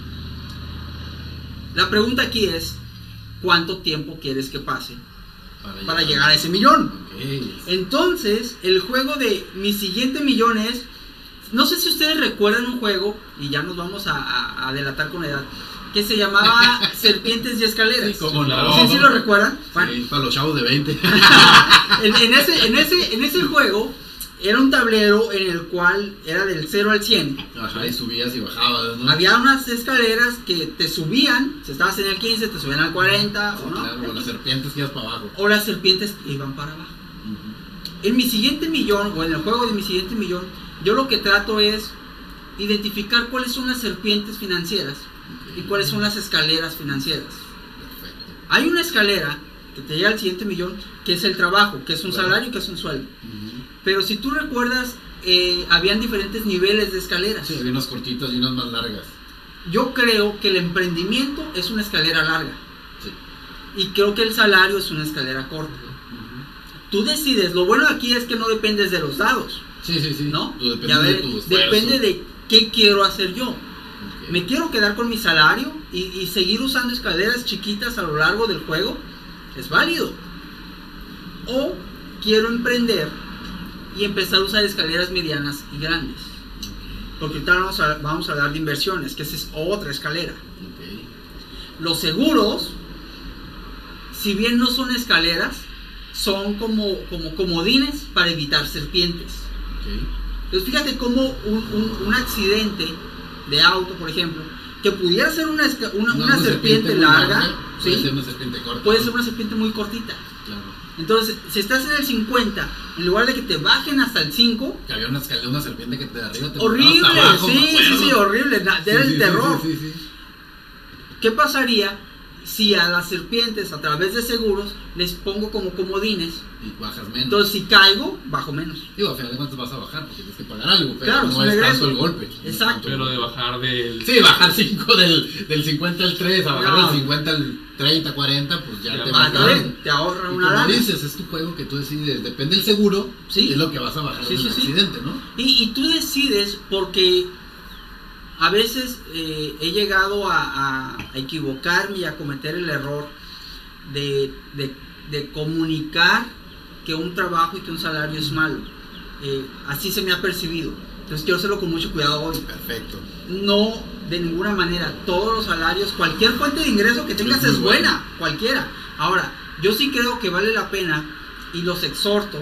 La pregunta aquí es, ¿cuánto tiempo quieres que pase para llegar a ese millón? Ok. Entonces, el juego de mi siguiente millón es, no sé si ustedes recuerdan un juego, y ya nos vamos a, a, a delatar con la edad, que se llamaba Serpientes y Escaleras. Sí, cómo no. ¿Sí, sí lo recuerdan? Bueno, Sí, para los chavos de veinte. en, en ese, en, ese, en ese juego era un tablero en el cual era del cero al cien. Ajá, y subías y bajabas, ¿no? Había unas escaleras que te subían, si estabas en el quince, te subían al cuarenta, Sí, o no. claro, con las serpientes que ibas para abajo. O las serpientes iban para abajo. Ujú. En mi siguiente millón, o en el juego de mi siguiente millón, yo lo que trato es identificar cuáles son las serpientes financieras y cuáles son las escaleras financieras. Perfecto. Hay una escalera que te llega al siguiente millón, que es el trabajo, que es un Claro. salario y que es un sueldo. Ujú. Pero si tú recuerdas, eh, habían diferentes niveles de escaleras. Sí, había unas cortitas y unas más largas. Yo creo que el emprendimiento es una escalera larga Sí. y creo que el salario es una escalera corta. Ujú. Tú decides, lo bueno aquí es que no dependes de los dados, Sí, sí, sí. ¿no? Tú dependes Ya de ves, tu esfuerzo. depende de qué quiero hacer yo. Ok. Me quiero quedar con mi salario y, y seguir usando escaleras chiquitas a lo largo del juego, es válido. O quiero emprender y empezar a usar escaleras medianas y grandes. Porque ahorita vamos a, vamos a hablar de inversiones, que esa es otra escalera. Ok. Los seguros, si bien no son escaleras, son como, como comodines para evitar serpientes. Ok. Entonces fíjate cómo un, un, un accidente de auto, por ejemplo, que pudiera ser una, esca- una, una serpiente, muy larga, puede ¿sí? ser una serpiente corta. Puede ¿no? ser una serpiente muy cortita. Claro. Entonces, si estás en el cincuenta, en lugar de que te bajen hasta el cinco, Que había una escalera, una serpiente que te de arriba te horrible, botaba hasta abajo, sí, me sí, acuerdo. sí, horrible, na- Sí, era sí, el sí, terror. Sí, sí, sí. ¿Qué pasaría si a las serpientes, a través de seguros, les pongo como comodines? Y bajas menos. Entonces, si caigo, bajo menos. Digo, a final de cuentas vas a bajar porque tienes que pagar algo, pero Claro, es no un es regreso. tanto el golpe. no es Exacto. tanto el Pero de golpe. bajar del. Sí, bajar cinco del, del cincuenta al tres, a bajar No. del cincuenta al treinta, cuarenta, pues ya Ya te va, va Ah, está bien, te ahorra Y una como lana. dices, es tu juego que tú decides, depende del seguro, Sí. es lo que vas a bajar Sí, en sí, el sí. accidente, ¿no? Y, y tú decides porque a veces eh, he llegado a, a- a equivocarme y a cometer el error de, de- de comunicar que un trabajo y que un salario es malo. Eh, así se me ha percibido. Entonces quiero hacerlo con mucho cuidado hoy. Perfecto. No, de ninguna manera. Todos los salarios, cualquier fuente de ingreso que tengas Es muy es buena, cualquiera. Ahora, yo sí creo que vale la pena y los exhorto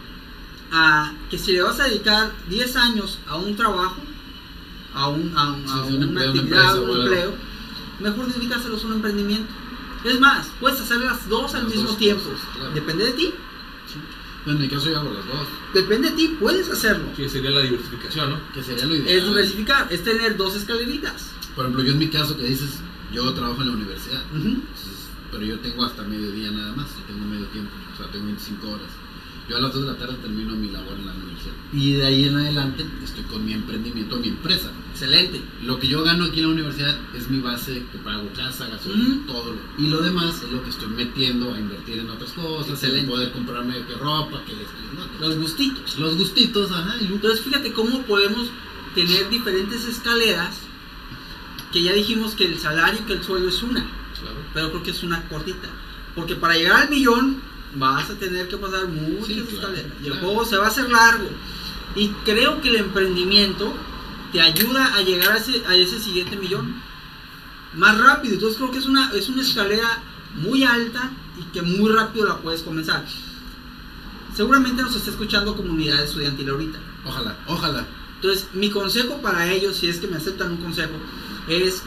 a que si le vas a dedicar diez años a un trabajo, a, un, a, un- Sí, a sí, un una empleo, una actividad, empresa, un bueno. empleo, mejor dedícaselos a un emprendimiento. Es más, puedes hacer las dos al Las mismo dos tiempo. cosas, claro. Depende de ti. En mi caso yo hago las dos, Depende de ti, puedes hacerlo. Que sería la diversificación, ¿no? que sería lo ideal. Es diversificar, es tener dos escaleritas. Por ejemplo, yo en mi caso que dices, yo trabajo en la universidad, Ujú. entonces, pero yo tengo hasta mediodía nada más, yo tengo medio tiempo, o sea, tengo veinticinco horas. Yo a las dos de la tarde termino mi labor en la universidad. Y de ahí en adelante estoy con mi emprendimiento, mi empresa. Excelente. Lo que yo gano aquí en la universidad es mi base, que pago casa, gasolina, Ujú. todo. Lo, y lo demás es lo que estoy metiendo a invertir en otras cosas, en Excelente. poder comprarme que ropa, que esto y lo otro. Los gustitos. Los gustitos, ajá, y luego Entonces fíjate cómo podemos tener diferentes escaleras, que ya dijimos que el salario y que el sueldo es una, Claro. pero creo que es una cortita, porque para llegar al millón vas a tener que pasar muchas Sí, claro, escaleras y el claro. juego se va a hacer largo, y creo que el emprendimiento te ayuda a llegar a ese, a ese siguiente millón más rápido. Entonces creo que es una, es una escalera muy alta y que muy rápido la puedes comenzar. Seguramente nos está escuchando comunidad estudiantil ahorita. ojalá, ojalá. Entonces, mi consejo para ellos, si es que me aceptan un consejo, es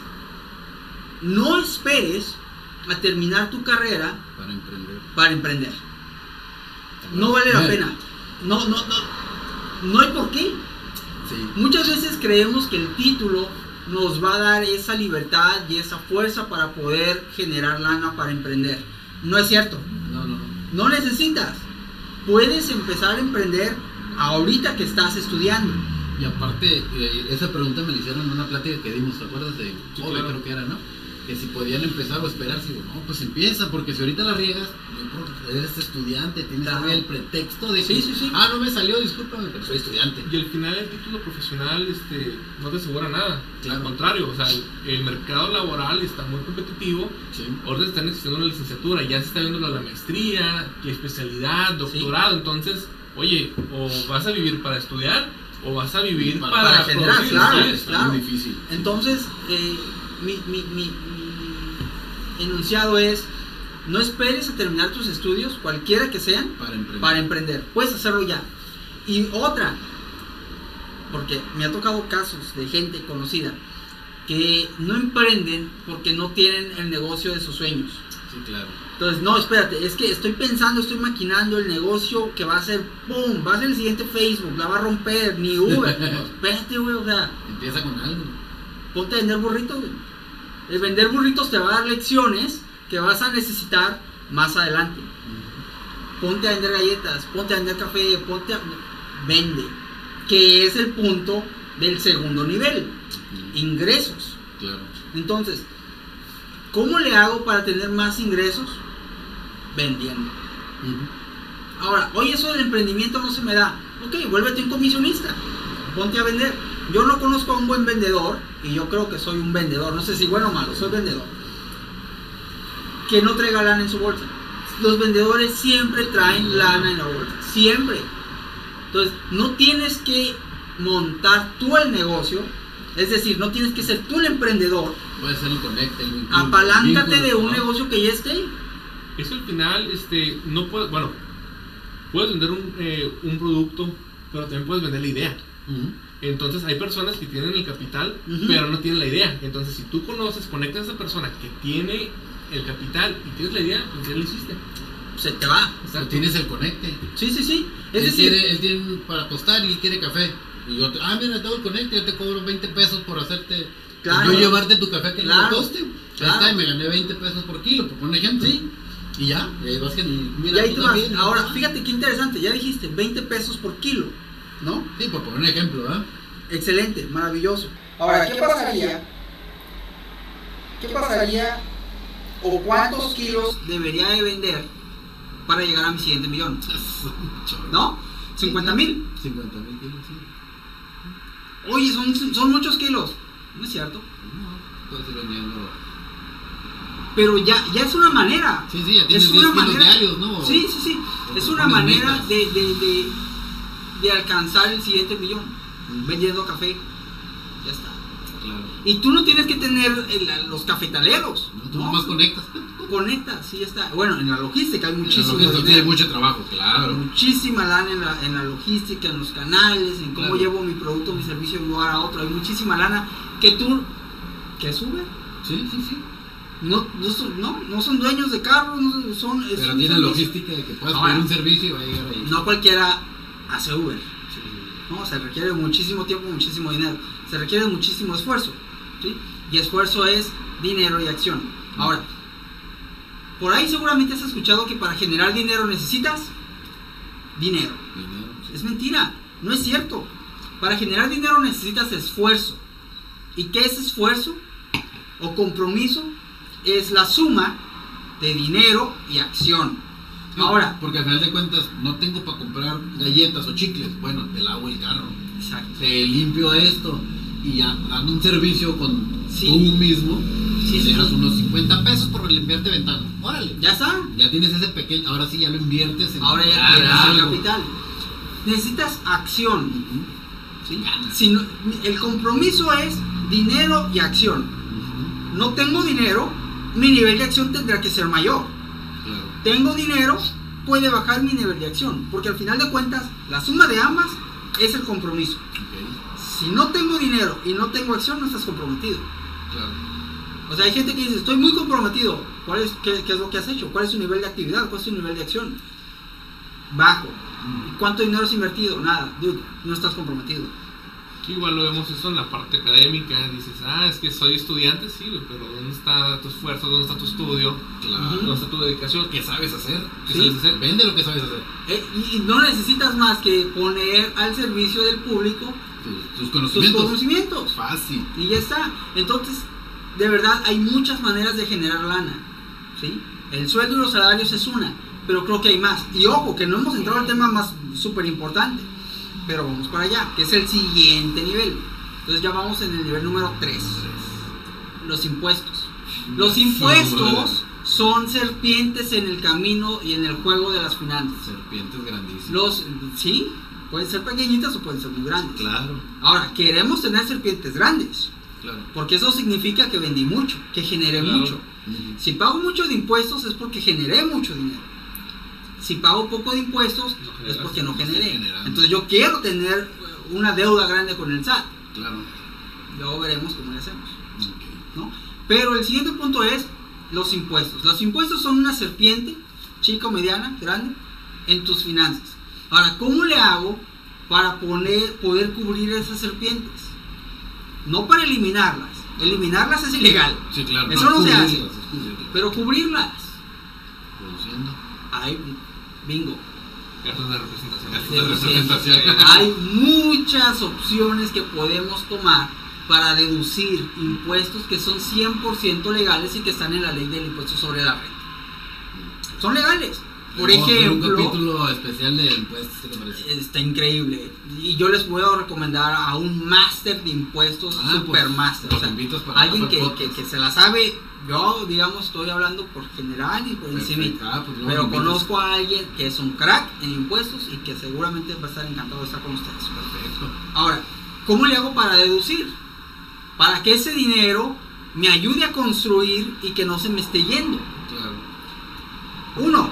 no esperes a terminar tu carrera Para emprender. para emprender. No vale la pena. No, no, no. No hay por qué. Sí. Muchas veces creemos que el título nos va a dar esa libertad y esa fuerza para poder generar lana para emprender. No es cierto. No, no, no. No necesitas. Puedes empezar a emprender ahorita que estás estudiando. Y aparte, eh, esa pregunta me la hicieron en una plática que dimos, ¿te acuerdas? De Sí, Ove, claro. creo que era, ¿no? Que si podían empezar o esperarse. Digo, no, pues empieza, porque si ahorita la riegas, yo creo que eres estudiante, tienes Claro. todavía el pretexto de que, Sí, sí, sí. ah, no me salió, discúlpame, pero soy estudiante. Y al final el título profesional este, no te asegura nada. Claro. Al contrario, o sea, el, el mercado laboral está muy competitivo. Sí. Ahorita están existiendo una licenciatura, ya se está viendo la, la maestría, la especialidad, doctorado. Entonces, oye, o vas a vivir para estudiar o vas a vivir Para- para, para generar, producir, claro. ¿sabes? Está claro. muy difícil. Entonces, eh, mi, mi, mi, mi enunciado es, no esperes a terminar tus estudios, cualquiera que sean, Para emprender. para emprender. Puedes hacerlo ya. Y otra, porque me ha tocado casos de gente conocida que no emprenden porque no tienen el negocio de sus sueños. Sí, claro. Entonces, no, espérate, es que estoy pensando, estoy maquinando el negocio que va a ser, ¡pum! Va a ser el siguiente Facebook, la va a romper, ni Uber. No, espérate, güey, o sea, Empieza con algo. ponte a vender burritos, güey. El vender burritos te va a dar lecciones que vas a necesitar más adelante. Ponte a vender galletas, ponte a vender café, ponte a... Vende. Que es el punto del segundo nivel. Ingresos. Claro. Entonces, ¿cómo le hago para tener más ingresos? Vendiendo. Ujú. Ahora, oye, eso del emprendimiento no se me da. Ok, vuélvete un comisionista. Ponte a vender. Yo no conozco a un buen vendedor, y yo creo que soy un vendedor, no sé si bueno o malo, soy vendedor, que no traiga lana en su bolsa. Los vendedores siempre traen lana en la bolsa, siempre. Entonces, no tienes que montar tú el negocio, es decir, no tienes que ser tú el emprendedor. Puede ser el conecte, el vínculo. Apaláncate vínculo, de un ¿no? negocio que ya esté. Eso al final, este, no puedes, bueno, puedes vender un, eh, un producto, pero también puedes vender la idea. Ujú. Entonces hay personas que tienen el capital, Ujú. pero no tienen la idea. Entonces si tú conoces, conectas a esa persona que tiene el capital y tienes la idea, pues ya lo hiciste. Se te va. O tienes el conecte. Sí, sí, sí. Es él, decir, quiere, él tiene para apostar y él quiere café. Y yo, te- ah, mira, tengo el conecte, yo te cobro veinte pesos por hacerte. Claro. Yo llevarte tu café que Claro. no coste. Ahí Claro. está, y me gané veinte pesos por kilo, por poner un ejemplo. Sí. Y ya, y ahí vas que. Mira, y ahí tú te vas. también, Ahora, ah. fíjate qué interesante. Ya dijiste, veinte pesos por kilo, ¿no? Sí, por poner un ejemplo, ¿ah? Excelente, maravilloso. Ahora, ¿qué pasaría? ¿Qué pasaría o cuántos kilos? Debería de vender para llegar a mi siguiente millón? ¿No? cincuenta mil. cincuenta mil kilos, sí. Oye, son, son muchos kilos. No es cierto. No, puedes ir vendiendo. Pero ya, ya es una manera. Sí, sí, ya tienes Es diez una kilos manera- diarios, ¿no? Sí, sí, sí. O Es te una pones manera metas. de, de, de, de alcanzar el siguiente millón. Ujú. Vendiendo café. Ya está. Claro. Y tú no tienes que tener el- los cafetaleros. No, tú ¿no? nomás conectas. Conecta, sí, ya está. Bueno, en la logística hay muchísimo Muchísimo. dinero. Tiene mucho trabajo, claro. Muchísima lana en la, en la logística, en los canales, en cómo Claro. llevo mi producto, mi servicio de un lugar a otro. Hay muchísima lana que tú, que sube, Sí, sí, sí. No, no, son, no, no son dueños de carros, no son, son es Pero un tiene servicio. logística de que puedas Ahora, pedir un servicio y va a llegar ahí. No cualquiera hace Uber, Sí, ¿no? Se requiere muchísimo tiempo, muchísimo dinero, se requiere muchísimo esfuerzo, ¿sí? Y esfuerzo es dinero y acción. Ahora, por ahí seguramente has escuchado que para generar dinero necesitas dinero. dinero, sí. Es mentira, no es cierto. Para generar dinero necesitas esfuerzo. ¿Y qué es esfuerzo o compromiso? Es la suma de dinero y acción. Sí, Ahora, porque al final de cuentas no tengo para comprar galletas o chicles. Bueno, te lavo el carro, exacto. te limpio esto y ya dando un servicio con Sí. tú mismo, Sí, si sí, le das sí. unos cincuenta pesos por limpiarte ventana. Órale, Ya está. ya tienes ese pequeño, ahora sí ya lo inviertes en Ahora ya ganar tienes el algo. capital. Necesitas acción. Ujú, ¿Sí? Ganas. Si no- el compromiso es dinero y acción. ujú, No tengo dinero, mi nivel de acción tendrá que ser mayor. Claro. Tengo dinero, puede bajar mi nivel de acción. Porque al final de cuentas, la suma de ambas es el compromiso. Ok, Si no tengo dinero y no tengo acción, no estás comprometido. claro. O sea, hay gente que dice, estoy muy comprometido. ¿Cuál es, qué, qué es lo que has hecho? ¿Cuál es tu nivel de actividad? ¿Cuál es tu nivel de acción? Bajo. ¿Y cuánto dinero has invertido? Nada. Dude, no estás comprometido. Igual lo vemos eso en la parte académica. Dices, ah, es que soy estudiante, sí, güey, pero ¿dónde está tu esfuerzo? ¿Dónde está tu estudio? Claro. ¿Dónde está tu dedicación? ¿Qué sabes hacer? ¿Qué Sí. sabes hacer? Vende lo que sabes hacer. Eh, y, y no necesitas más que poner al servicio del público Tus, tus tus conocimientos. conocimientos. Fácil. Y ya está. Entonces, de verdad, hay muchas maneras de generar lana. ¿Sí? El sueldo y los salarios es una, pero creo que hay más. Y ojo, que no hemos entrado al tema más súper importante, pero vamos para allá, que es el siguiente nivel. Entonces ya vamos en el nivel número tres. Los impuestos. Los impuestos son serpientes en el camino y en el juego de las finanzas. Serpientes grandísimas. Los, sí, pueden ser pequeñitas o pueden ser muy grandes. Claro, Ahora, queremos tener serpientes grandes, claro. porque eso significa que vendí mucho, que generé Claro. mucho. Ujú. Si pago mucho de impuestos es porque generé mucho dinero. Si pago poco de impuestos No es generaste, porque no no estoy generé. generando. Entonces yo quiero tener una deuda grande con el S A T. Claro. Luego veremos cómo le hacemos, Ok. ¿no? Pero el siguiente punto es los impuestos. Los impuestos son una serpiente, chica o mediana, grande, en tus finanzas. Ahora, ¿cómo le hago para poner, poder cubrir esas serpientes? No para eliminarlas. Eliminarlas es ilegal. Sí, claro. Eso no se cubrirlas, hace. es cubrirlas. Pero cubrirlas, Produciendo. ay, bingo. Gastos de representación. Gastos Sí, de sí. representación. Hay muchas opciones que podemos tomar para deducir impuestos que son cien por ciento legales y que están en la ley del impuesto sobre la renta. Son legales. Por Vamos a hacer ejemplo, un capítulo especial de impuestos, ¿qué te parece? está increíble. Y yo les puedo recomendar a un máster de impuestos, Ah, super pues, máster. los O sea, invitas para alguien hacer que, podcast. que, que se la sabe. Yo, digamos, estoy hablando por general y por Perfecto. encima. Ah, pues luego Pero me invitas. conozco a alguien que es un crack en impuestos y que seguramente va a estar encantado de estar con ustedes. Perfecto. Ahora, ¿cómo le hago para deducir? Para que ese dinero me ayude a construir y que no se me esté yendo. Claro. Uno,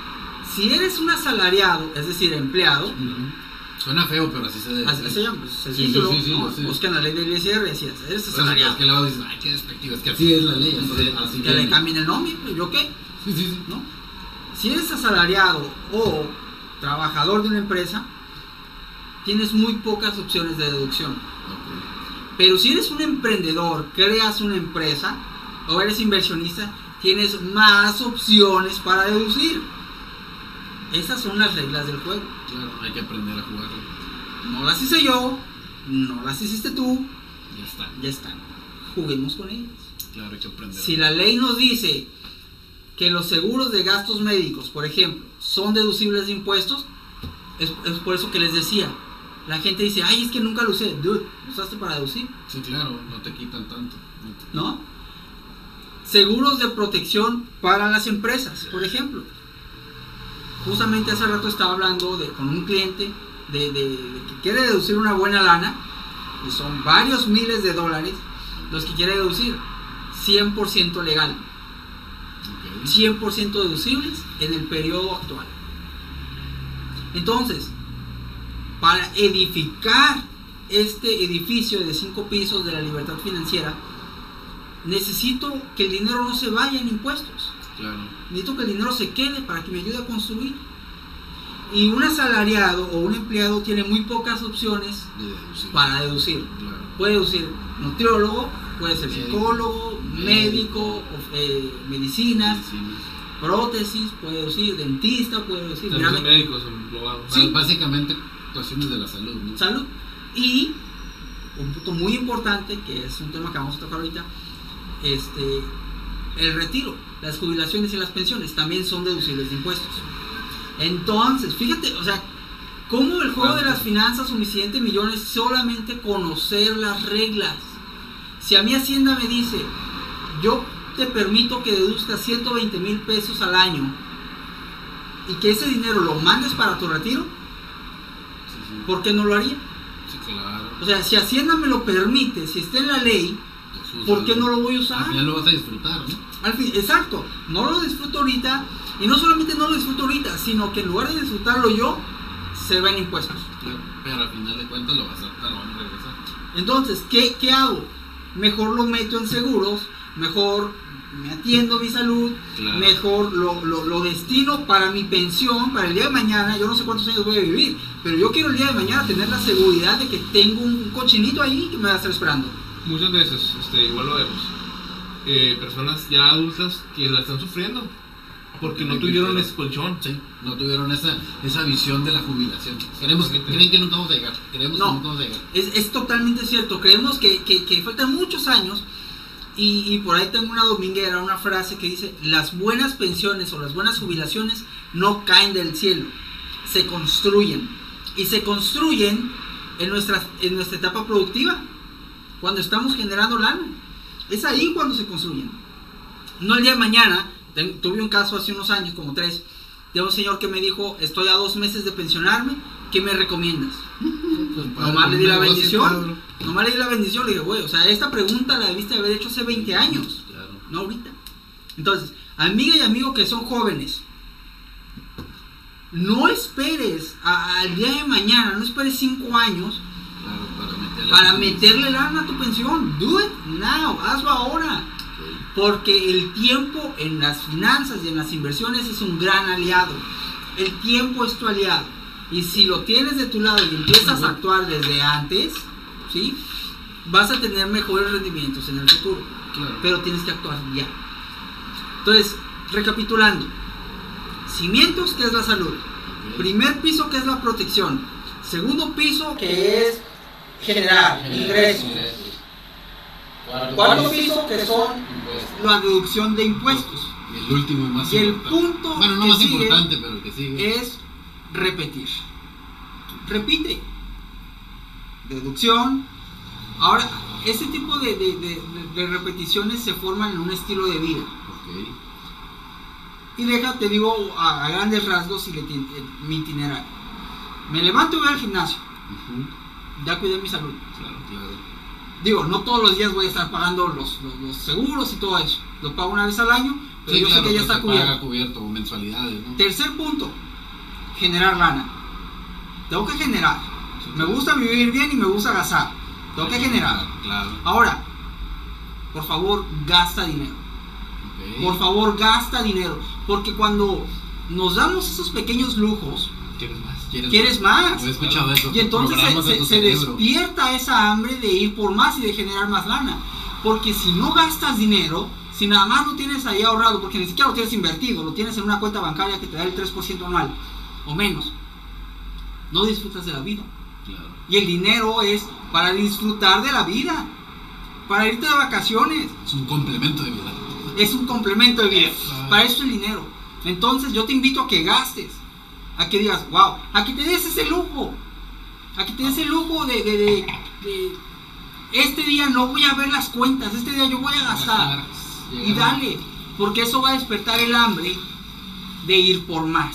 si eres un asalariado, es decir, empleado, Ujú. Suena feo, pero así se debe. así se llama, pues, es el Sí, sí, título, sí, sí, ¿no? lo sé. Buscan la ley del I S R y decías, eres Bueno, es asalariado. que luego dices, ay, qué despectivo. Es que así es la ley. Así, así Que le cambien el nombre, pues, ¿yo qué? Sí, sí, sí. ¿No? Si eres asalariado o trabajador de una empresa, tienes muy pocas opciones de deducción. Ok. Pero si eres un emprendedor, creas una empresa o eres inversionista, tienes más opciones para deducir. Esas son las reglas del juego. Claro, hay que aprender a jugarlo. No las hice yo, no las hiciste tú, Ya está. ya están. Juguemos con ellas. Claro, hay que aprender. Si la ley nos dice que los seguros de gastos médicos, por ejemplo, son deducibles de impuestos, es, es por eso que les decía. La gente dice, ay, es que nunca lo usé. Dude, ¿lo usaste para deducir? Sí, claro, no te quitan tanto. No te- ¿No? Seguros de protección para las empresas, por ejemplo. Justamente hace rato estaba hablando de, con un cliente de, de- de que quiere deducir una buena lana, y son varios miles de dólares los que quiere deducir. cien por ciento legal, Ok. cien por ciento deducibles en el periodo actual. Entonces, para edificar este edificio de cinco pisos de la libertad financiera, necesito que el dinero no se vaya en impuestos. Claro. Necesito que el dinero se quede para que me ayude a construir. Y un asalariado o un empleado tiene muy pocas opciones De deducir. para deducir. Claro. Puede deducir nutriólogo, puede ser Médico, psicólogo, médico, médico, o- eh, medicinas, Medicina. prótesis, puede deducir dentista, puede deducir Servicios mira, médicos englobados. Sí. Básicamente, cuestiones de la salud, ¿no? salud. Y un punto muy importante, que es un tema que vamos a tocar ahorita, este, el retiro, las jubilaciones y las pensiones también son deducibles de impuestos. Entonces, fíjate, o sea, cómo el juego de las finanzas, un siguiente millón, es solamente conocer las reglas. Si a mí Hacienda me dice, yo te permito que deduzcas ciento veinte mil pesos al año y que ese dinero lo mandes para tu retiro, Sí, sí. ¿por qué no lo haría? Sí, claro. O sea, si Hacienda me lo permite, si está en la ley, Pues, ¿por qué úsalo. no lo voy a usar? Al final lo vas a disfrutar, ¿no? Al fin, exacto, no lo disfruto ahorita, y no solamente no lo disfruto ahorita, sino que en lugar de disfrutarlo yo, se va en impuestos. Claro. Pero al final de cuentas lo vas a, te lo van a regresar. Entonces, ¿qué, qué hago? Mejor lo meto en seguros, mejor me atiendo mi salud, Claro. mejor lo, lo, lo destino para mi pensión, para el día de mañana. Yo no sé cuántos años voy a vivir, pero yo quiero el día de mañana tener la seguridad de que tengo un cochinito ahí que me va a estar esperando. Muchas veces, este, igual lo vemos, eh, personas ya adultas que la están sufriendo porque no tuvieron ese colchón. Sí, no tuvieron esa, esa visión de la jubilación. Queremos que, creen que nunca vamos a llegar. Creemos No. que nunca vamos a llegar. Es, es totalmente cierto, creemos que, que, que faltan muchos años y, y por ahí tengo una dominguera, una frase que dice, las buenas pensiones o las buenas jubilaciones no caen del cielo, se construyen y se construyen en nuestra, en nuestra etapa productiva, cuando estamos generando lana, es ahí cuando se construyen, no el día de mañana. Ten, tuve un caso hace unos años, como tres, de un señor que me dijo, estoy a dos meses de pensionarme, ¿qué me recomiendas? Pues nomás le di la bendición, nomás le di la bendición, le dije, güey, o sea, esta pregunta la debiste haber hecho hace veinte años, Claro. no ahorita. Entonces, amiga y amigo que son jóvenes, no esperes a- al día de mañana, no esperes cinco años Claro, para meterle, para meterle lana a tu pensión. Do it now, hazlo ahora. Ok. Porque el tiempo en las finanzas y en las inversiones es un gran aliado. El tiempo es tu aliado. Y si lo tienes de tu lado y empiezas a actuar desde antes, ¿sí? Vas a tener mejores rendimientos en el futuro. Claro. Pero tienes que actuar ya. Entonces, recapitulando. Cimientos, que es la salud. Ok. Primer piso, que es la protección. Segundo piso, Que es generar ingresos. Cuarto piso, que son Impuestos. la deducción de impuestos. Y el último y más Y el importante. punto Bueno, no que más sigue importante, pero el que sigue. es repetir. Repite. Deducción. Ahora, este tipo de, de- de- de repeticiones se forman en un estilo de vida. Ok. Y deja, te digo a, a grandes rasgos y mi itinerario. Me levanto y voy al gimnasio. Ujú. Ya cuidé mi salud. Claro, claro. Digo, no todos los días voy a estar pagando los, los, los seguros y todo eso. Lo pago una vez al año, pero Sí, yo claro, sé que ya pues está se paga cubierto. cubierto o mensualidades, ¿no? Tercer punto, generar lana. Tengo que generar. Me gusta vivir bien y me gusta gastar. Tengo que generar. Claro. Ahora, por favor, gasta dinero. Ok. Por favor, gasta dinero. Porque cuando nos damos esos pequeños lujos, ¿Quieres más? ¿Quieres, quieres más. He escuchado eso. Y entonces Programas se, de tu se- se cerebro. despierta esa hambre de ir por más y de generar más lana. Porque si no gastas dinero, si nada más lo tienes ahí ahorrado, porque ni siquiera lo tienes invertido, lo tienes en una cuenta bancaria que te da el tres por ciento anual o menos, no disfrutas de la vida. Claro. Y el dinero es para disfrutar de la vida, para irte de vacaciones. Es un complemento de vida. Es un complemento de vida. Ah. Para eso el dinero. Entonces yo te invito a que gastes, a que digas, wow, a que te des ese lujo, a que te des el lujo de, de, de, de, este día no voy a ver las cuentas, este día yo voy a gastar. Y dale, porque eso va a despertar el hambre de ir por más.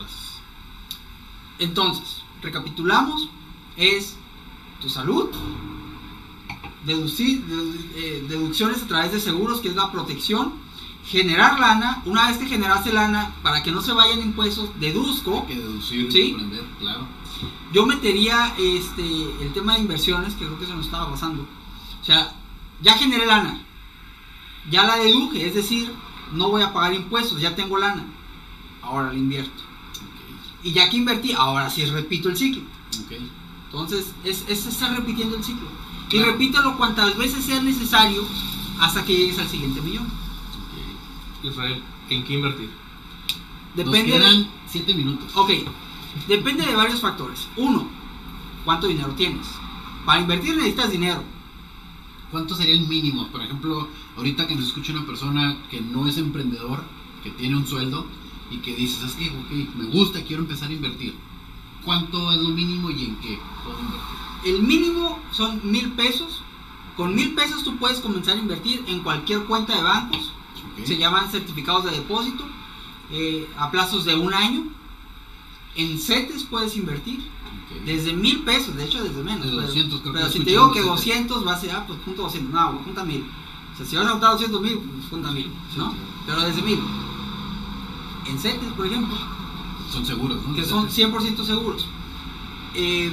Entonces, recapitulamos, es tu salud, deducir, dedu- eh, deducciones a través de seguros, que es la protección, generar lana. Una vez que generaste lana, para que no se vayan impuestos, deduzco. Hay que deducir, Sí. comprender, claro. Yo metería este el tema de inversiones, que creo que se nos estaba pasando. O sea, ya generé lana. ya la deduje, es decir, no voy a pagar impuestos, ya tengo lana, ahora la invierto. Okay. Y ya que invertí, ahora sí repito el ciclo. Okay. Entonces, es, es estar repitiendo el ciclo. Y Claro. repítelo cuantas veces sea necesario hasta que llegues al siguiente millón. Okay. Israel, ¿en qué invertir? Depende. Nos quedan siete minutos. Ok, depende de varios factores. Uno, ¿cuánto dinero tienes? Para invertir necesitas dinero. ¿Cuánto sería el mínimo? Por ejemplo, ahorita que nos escucha una persona que no es emprendedor, que tiene un sueldo y que dices, es que, ok, me gusta, quiero empezar a invertir. ¿Cuánto es lo mínimo y en qué puedo invertir? El mínimo son mil pesos. Con mil pesos tú puedes comenzar a invertir en cualquier cuenta de bancos. Okay. Se llaman certificados de depósito, eh, a plazos de un año. En CETES puedes invertir. Okay. Desde mil pesos, de hecho desde menos. De pero doscientos, creo pero que si escuché te digo los que CETES. doscientos va a ser, ah, pues junto doscientos, no, junta mil. O sea, si vas a juntar doscientos mil, pues junta mil, ¿no? Sí, sí. Pero desde mil. En CETES, por ejemplo, Son seguros, ¿no? que son cien por ciento seguros. Eh,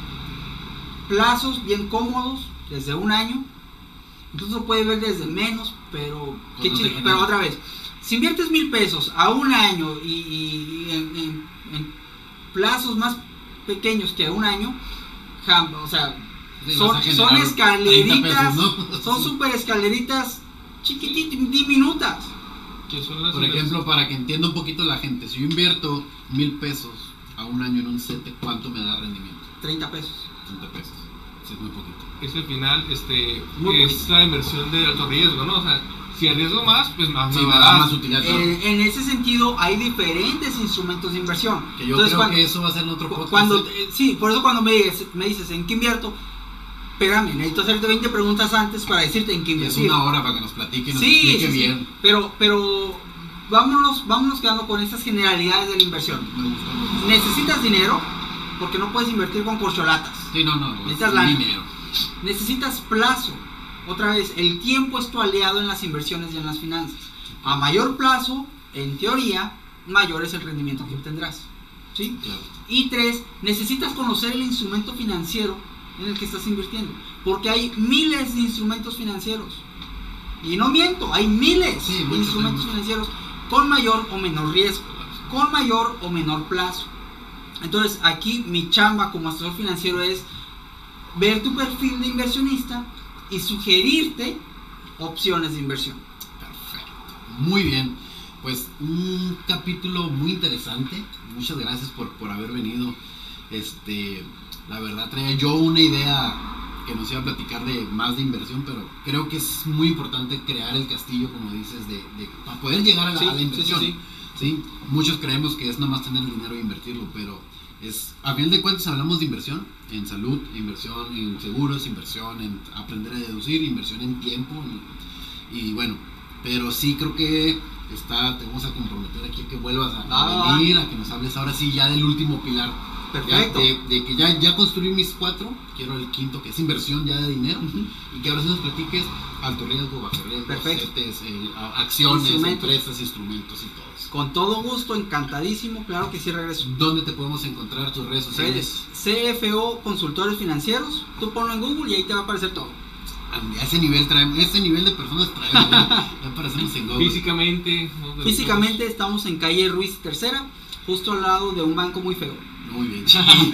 plazos bien cómodos, desde un año. Incluso puede ver desde menos, pero, qué Pues no te chido, genera. pero otra vez, si inviertes mil pesos a un año y, y- y en, en- en plazos más pequeños que a un año, jam- o sea, Sí, son, vas a generar son escaleritas, treinta pesos, ¿no? son super escaleritas chiquititas, diminutas. ¿Qué son las Por ejemplo, para que entienda un poquito la gente, si yo invierto mil pesos a un año en un CETE, ¿cuánto me da rendimiento? treinta pesos. treinta pesos. Sí, es muy poquito. Es que al final, este, Muy es poquito. la inversión de alto riesgo, ¿no? O sea, si arriesgo más, pues más Sí, me me va a da dar. más utilidad. ¿no? Eh, en ese sentido, hay diferentes instrumentos de inversión. Que yo Entonces, creo cuando- que eso va a ser en otro podcast. Cuando, ¿eh? eh, sí, por eso cuando me dices, me dices en qué invierto, espérame, necesito hacerte veinte preguntas antes para decirte en qué Es invertir. una hora para que nos platique, nos Sí, explique sí, sí. bien. Pero, pero vámonos, vámonos quedando con estas generalidades de la inversión. Me gustó, me gustó. Necesitas dinero, porque no puedes invertir con corcholatas. Sí, no, no. Necesitas es lana. dinero. Necesitas plazo. Otra vez, el tiempo es tu aliado en las inversiones y en las finanzas. A mayor plazo, en teoría, mayor es el rendimiento que obtendrás. ¿Sí? Claro. Y tres, necesitas conocer el instrumento financiero en el que estás invirtiendo, porque hay miles de instrumentos financieros. Y no miento, hay miles Sí, de muchos, instrumentos hay muchos. financieros con mayor o menor riesgo, con mayor o menor plazo. Entonces, aquí mi chamba como asesor financiero es ver tu perfil de inversionista y sugerirte opciones de inversión. Perfecto. Muy bien. Pues un capítulo muy interesante. Muchas gracias por, por haber venido. Este, la verdad traía yo una idea que nos iba a platicar de más de inversión, pero creo que es muy importante crear el castillo, como dices, de, de para poder llegar a la, Sí, a la sí, inversión. sí, ¿Sí? Muchos creemos que es nomás tener el dinero e invertirlo, pero es, a fin de cuentas hablamos de inversión en salud, inversión en seguros, inversión en aprender a deducir, inversión en tiempo y, y bueno, pero sí creo que está, te vamos a comprometer aquí a que vuelvas a, a Ah. venir, a que nos hables ahora sí ya del último pilar. Perfecto. Ya, de, de que ya, ya construí mis cuatro, quiero el quinto que es inversión ya de dinero, Ujú. y que ahora sí nos platiques alto riesgo, bajo riesgo, Perfecto. CETES, eh, a- acciones, Instrumentos. empresas, instrumentos y todo eso. Con todo gusto, encantadísimo, claro que sí regreso. ¿Dónde te podemos encontrar tus redes sociales? C F O Consultores Financieros, tú ponlo en Google y ahí te va a aparecer todo. A ese nivel traemos, ese nivel de personas traemos, ¿no? Ya aparecemos en Google. Físicamente, ¿no? Físicamente estamos en calle Ruiz Tercera, justo al lado de un banco muy feo. Muy bien,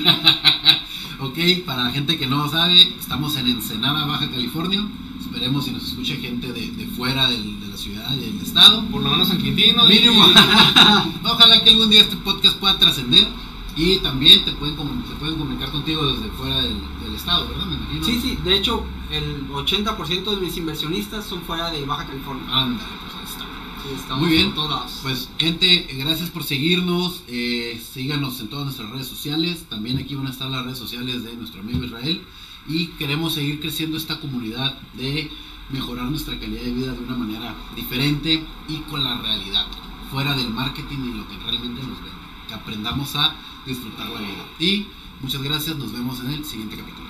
ok, para la gente que no lo sabe, estamos en Ensenada, Baja California. Esperemos si nos escucha gente de, de fuera del- de la ciudad y del estado. Por lo menos San Quintino. y- Mínimo. Ojalá que algún día este podcast pueda trascender. Y también te pueden, comun- se pueden comunicar contigo desde fuera del, del estado, ¿verdad? Me imagino. Sí, sí, de hecho el ochenta por ciento de mis inversionistas son fuera de Baja California. Ándale, pues ahí está. Sí, estamos Muy bien, en todos lados. pues gente, gracias por seguirnos, eh, síganos en todas nuestras redes sociales, también aquí van a estar las redes sociales de nuestro amigo Israel y queremos seguir creciendo esta comunidad de mejorar nuestra calidad de vida de una manera diferente y con la realidad, fuera del marketing y lo que realmente nos vende, que aprendamos a disfrutar la vida. Y muchas gracias, nos vemos en el siguiente capítulo.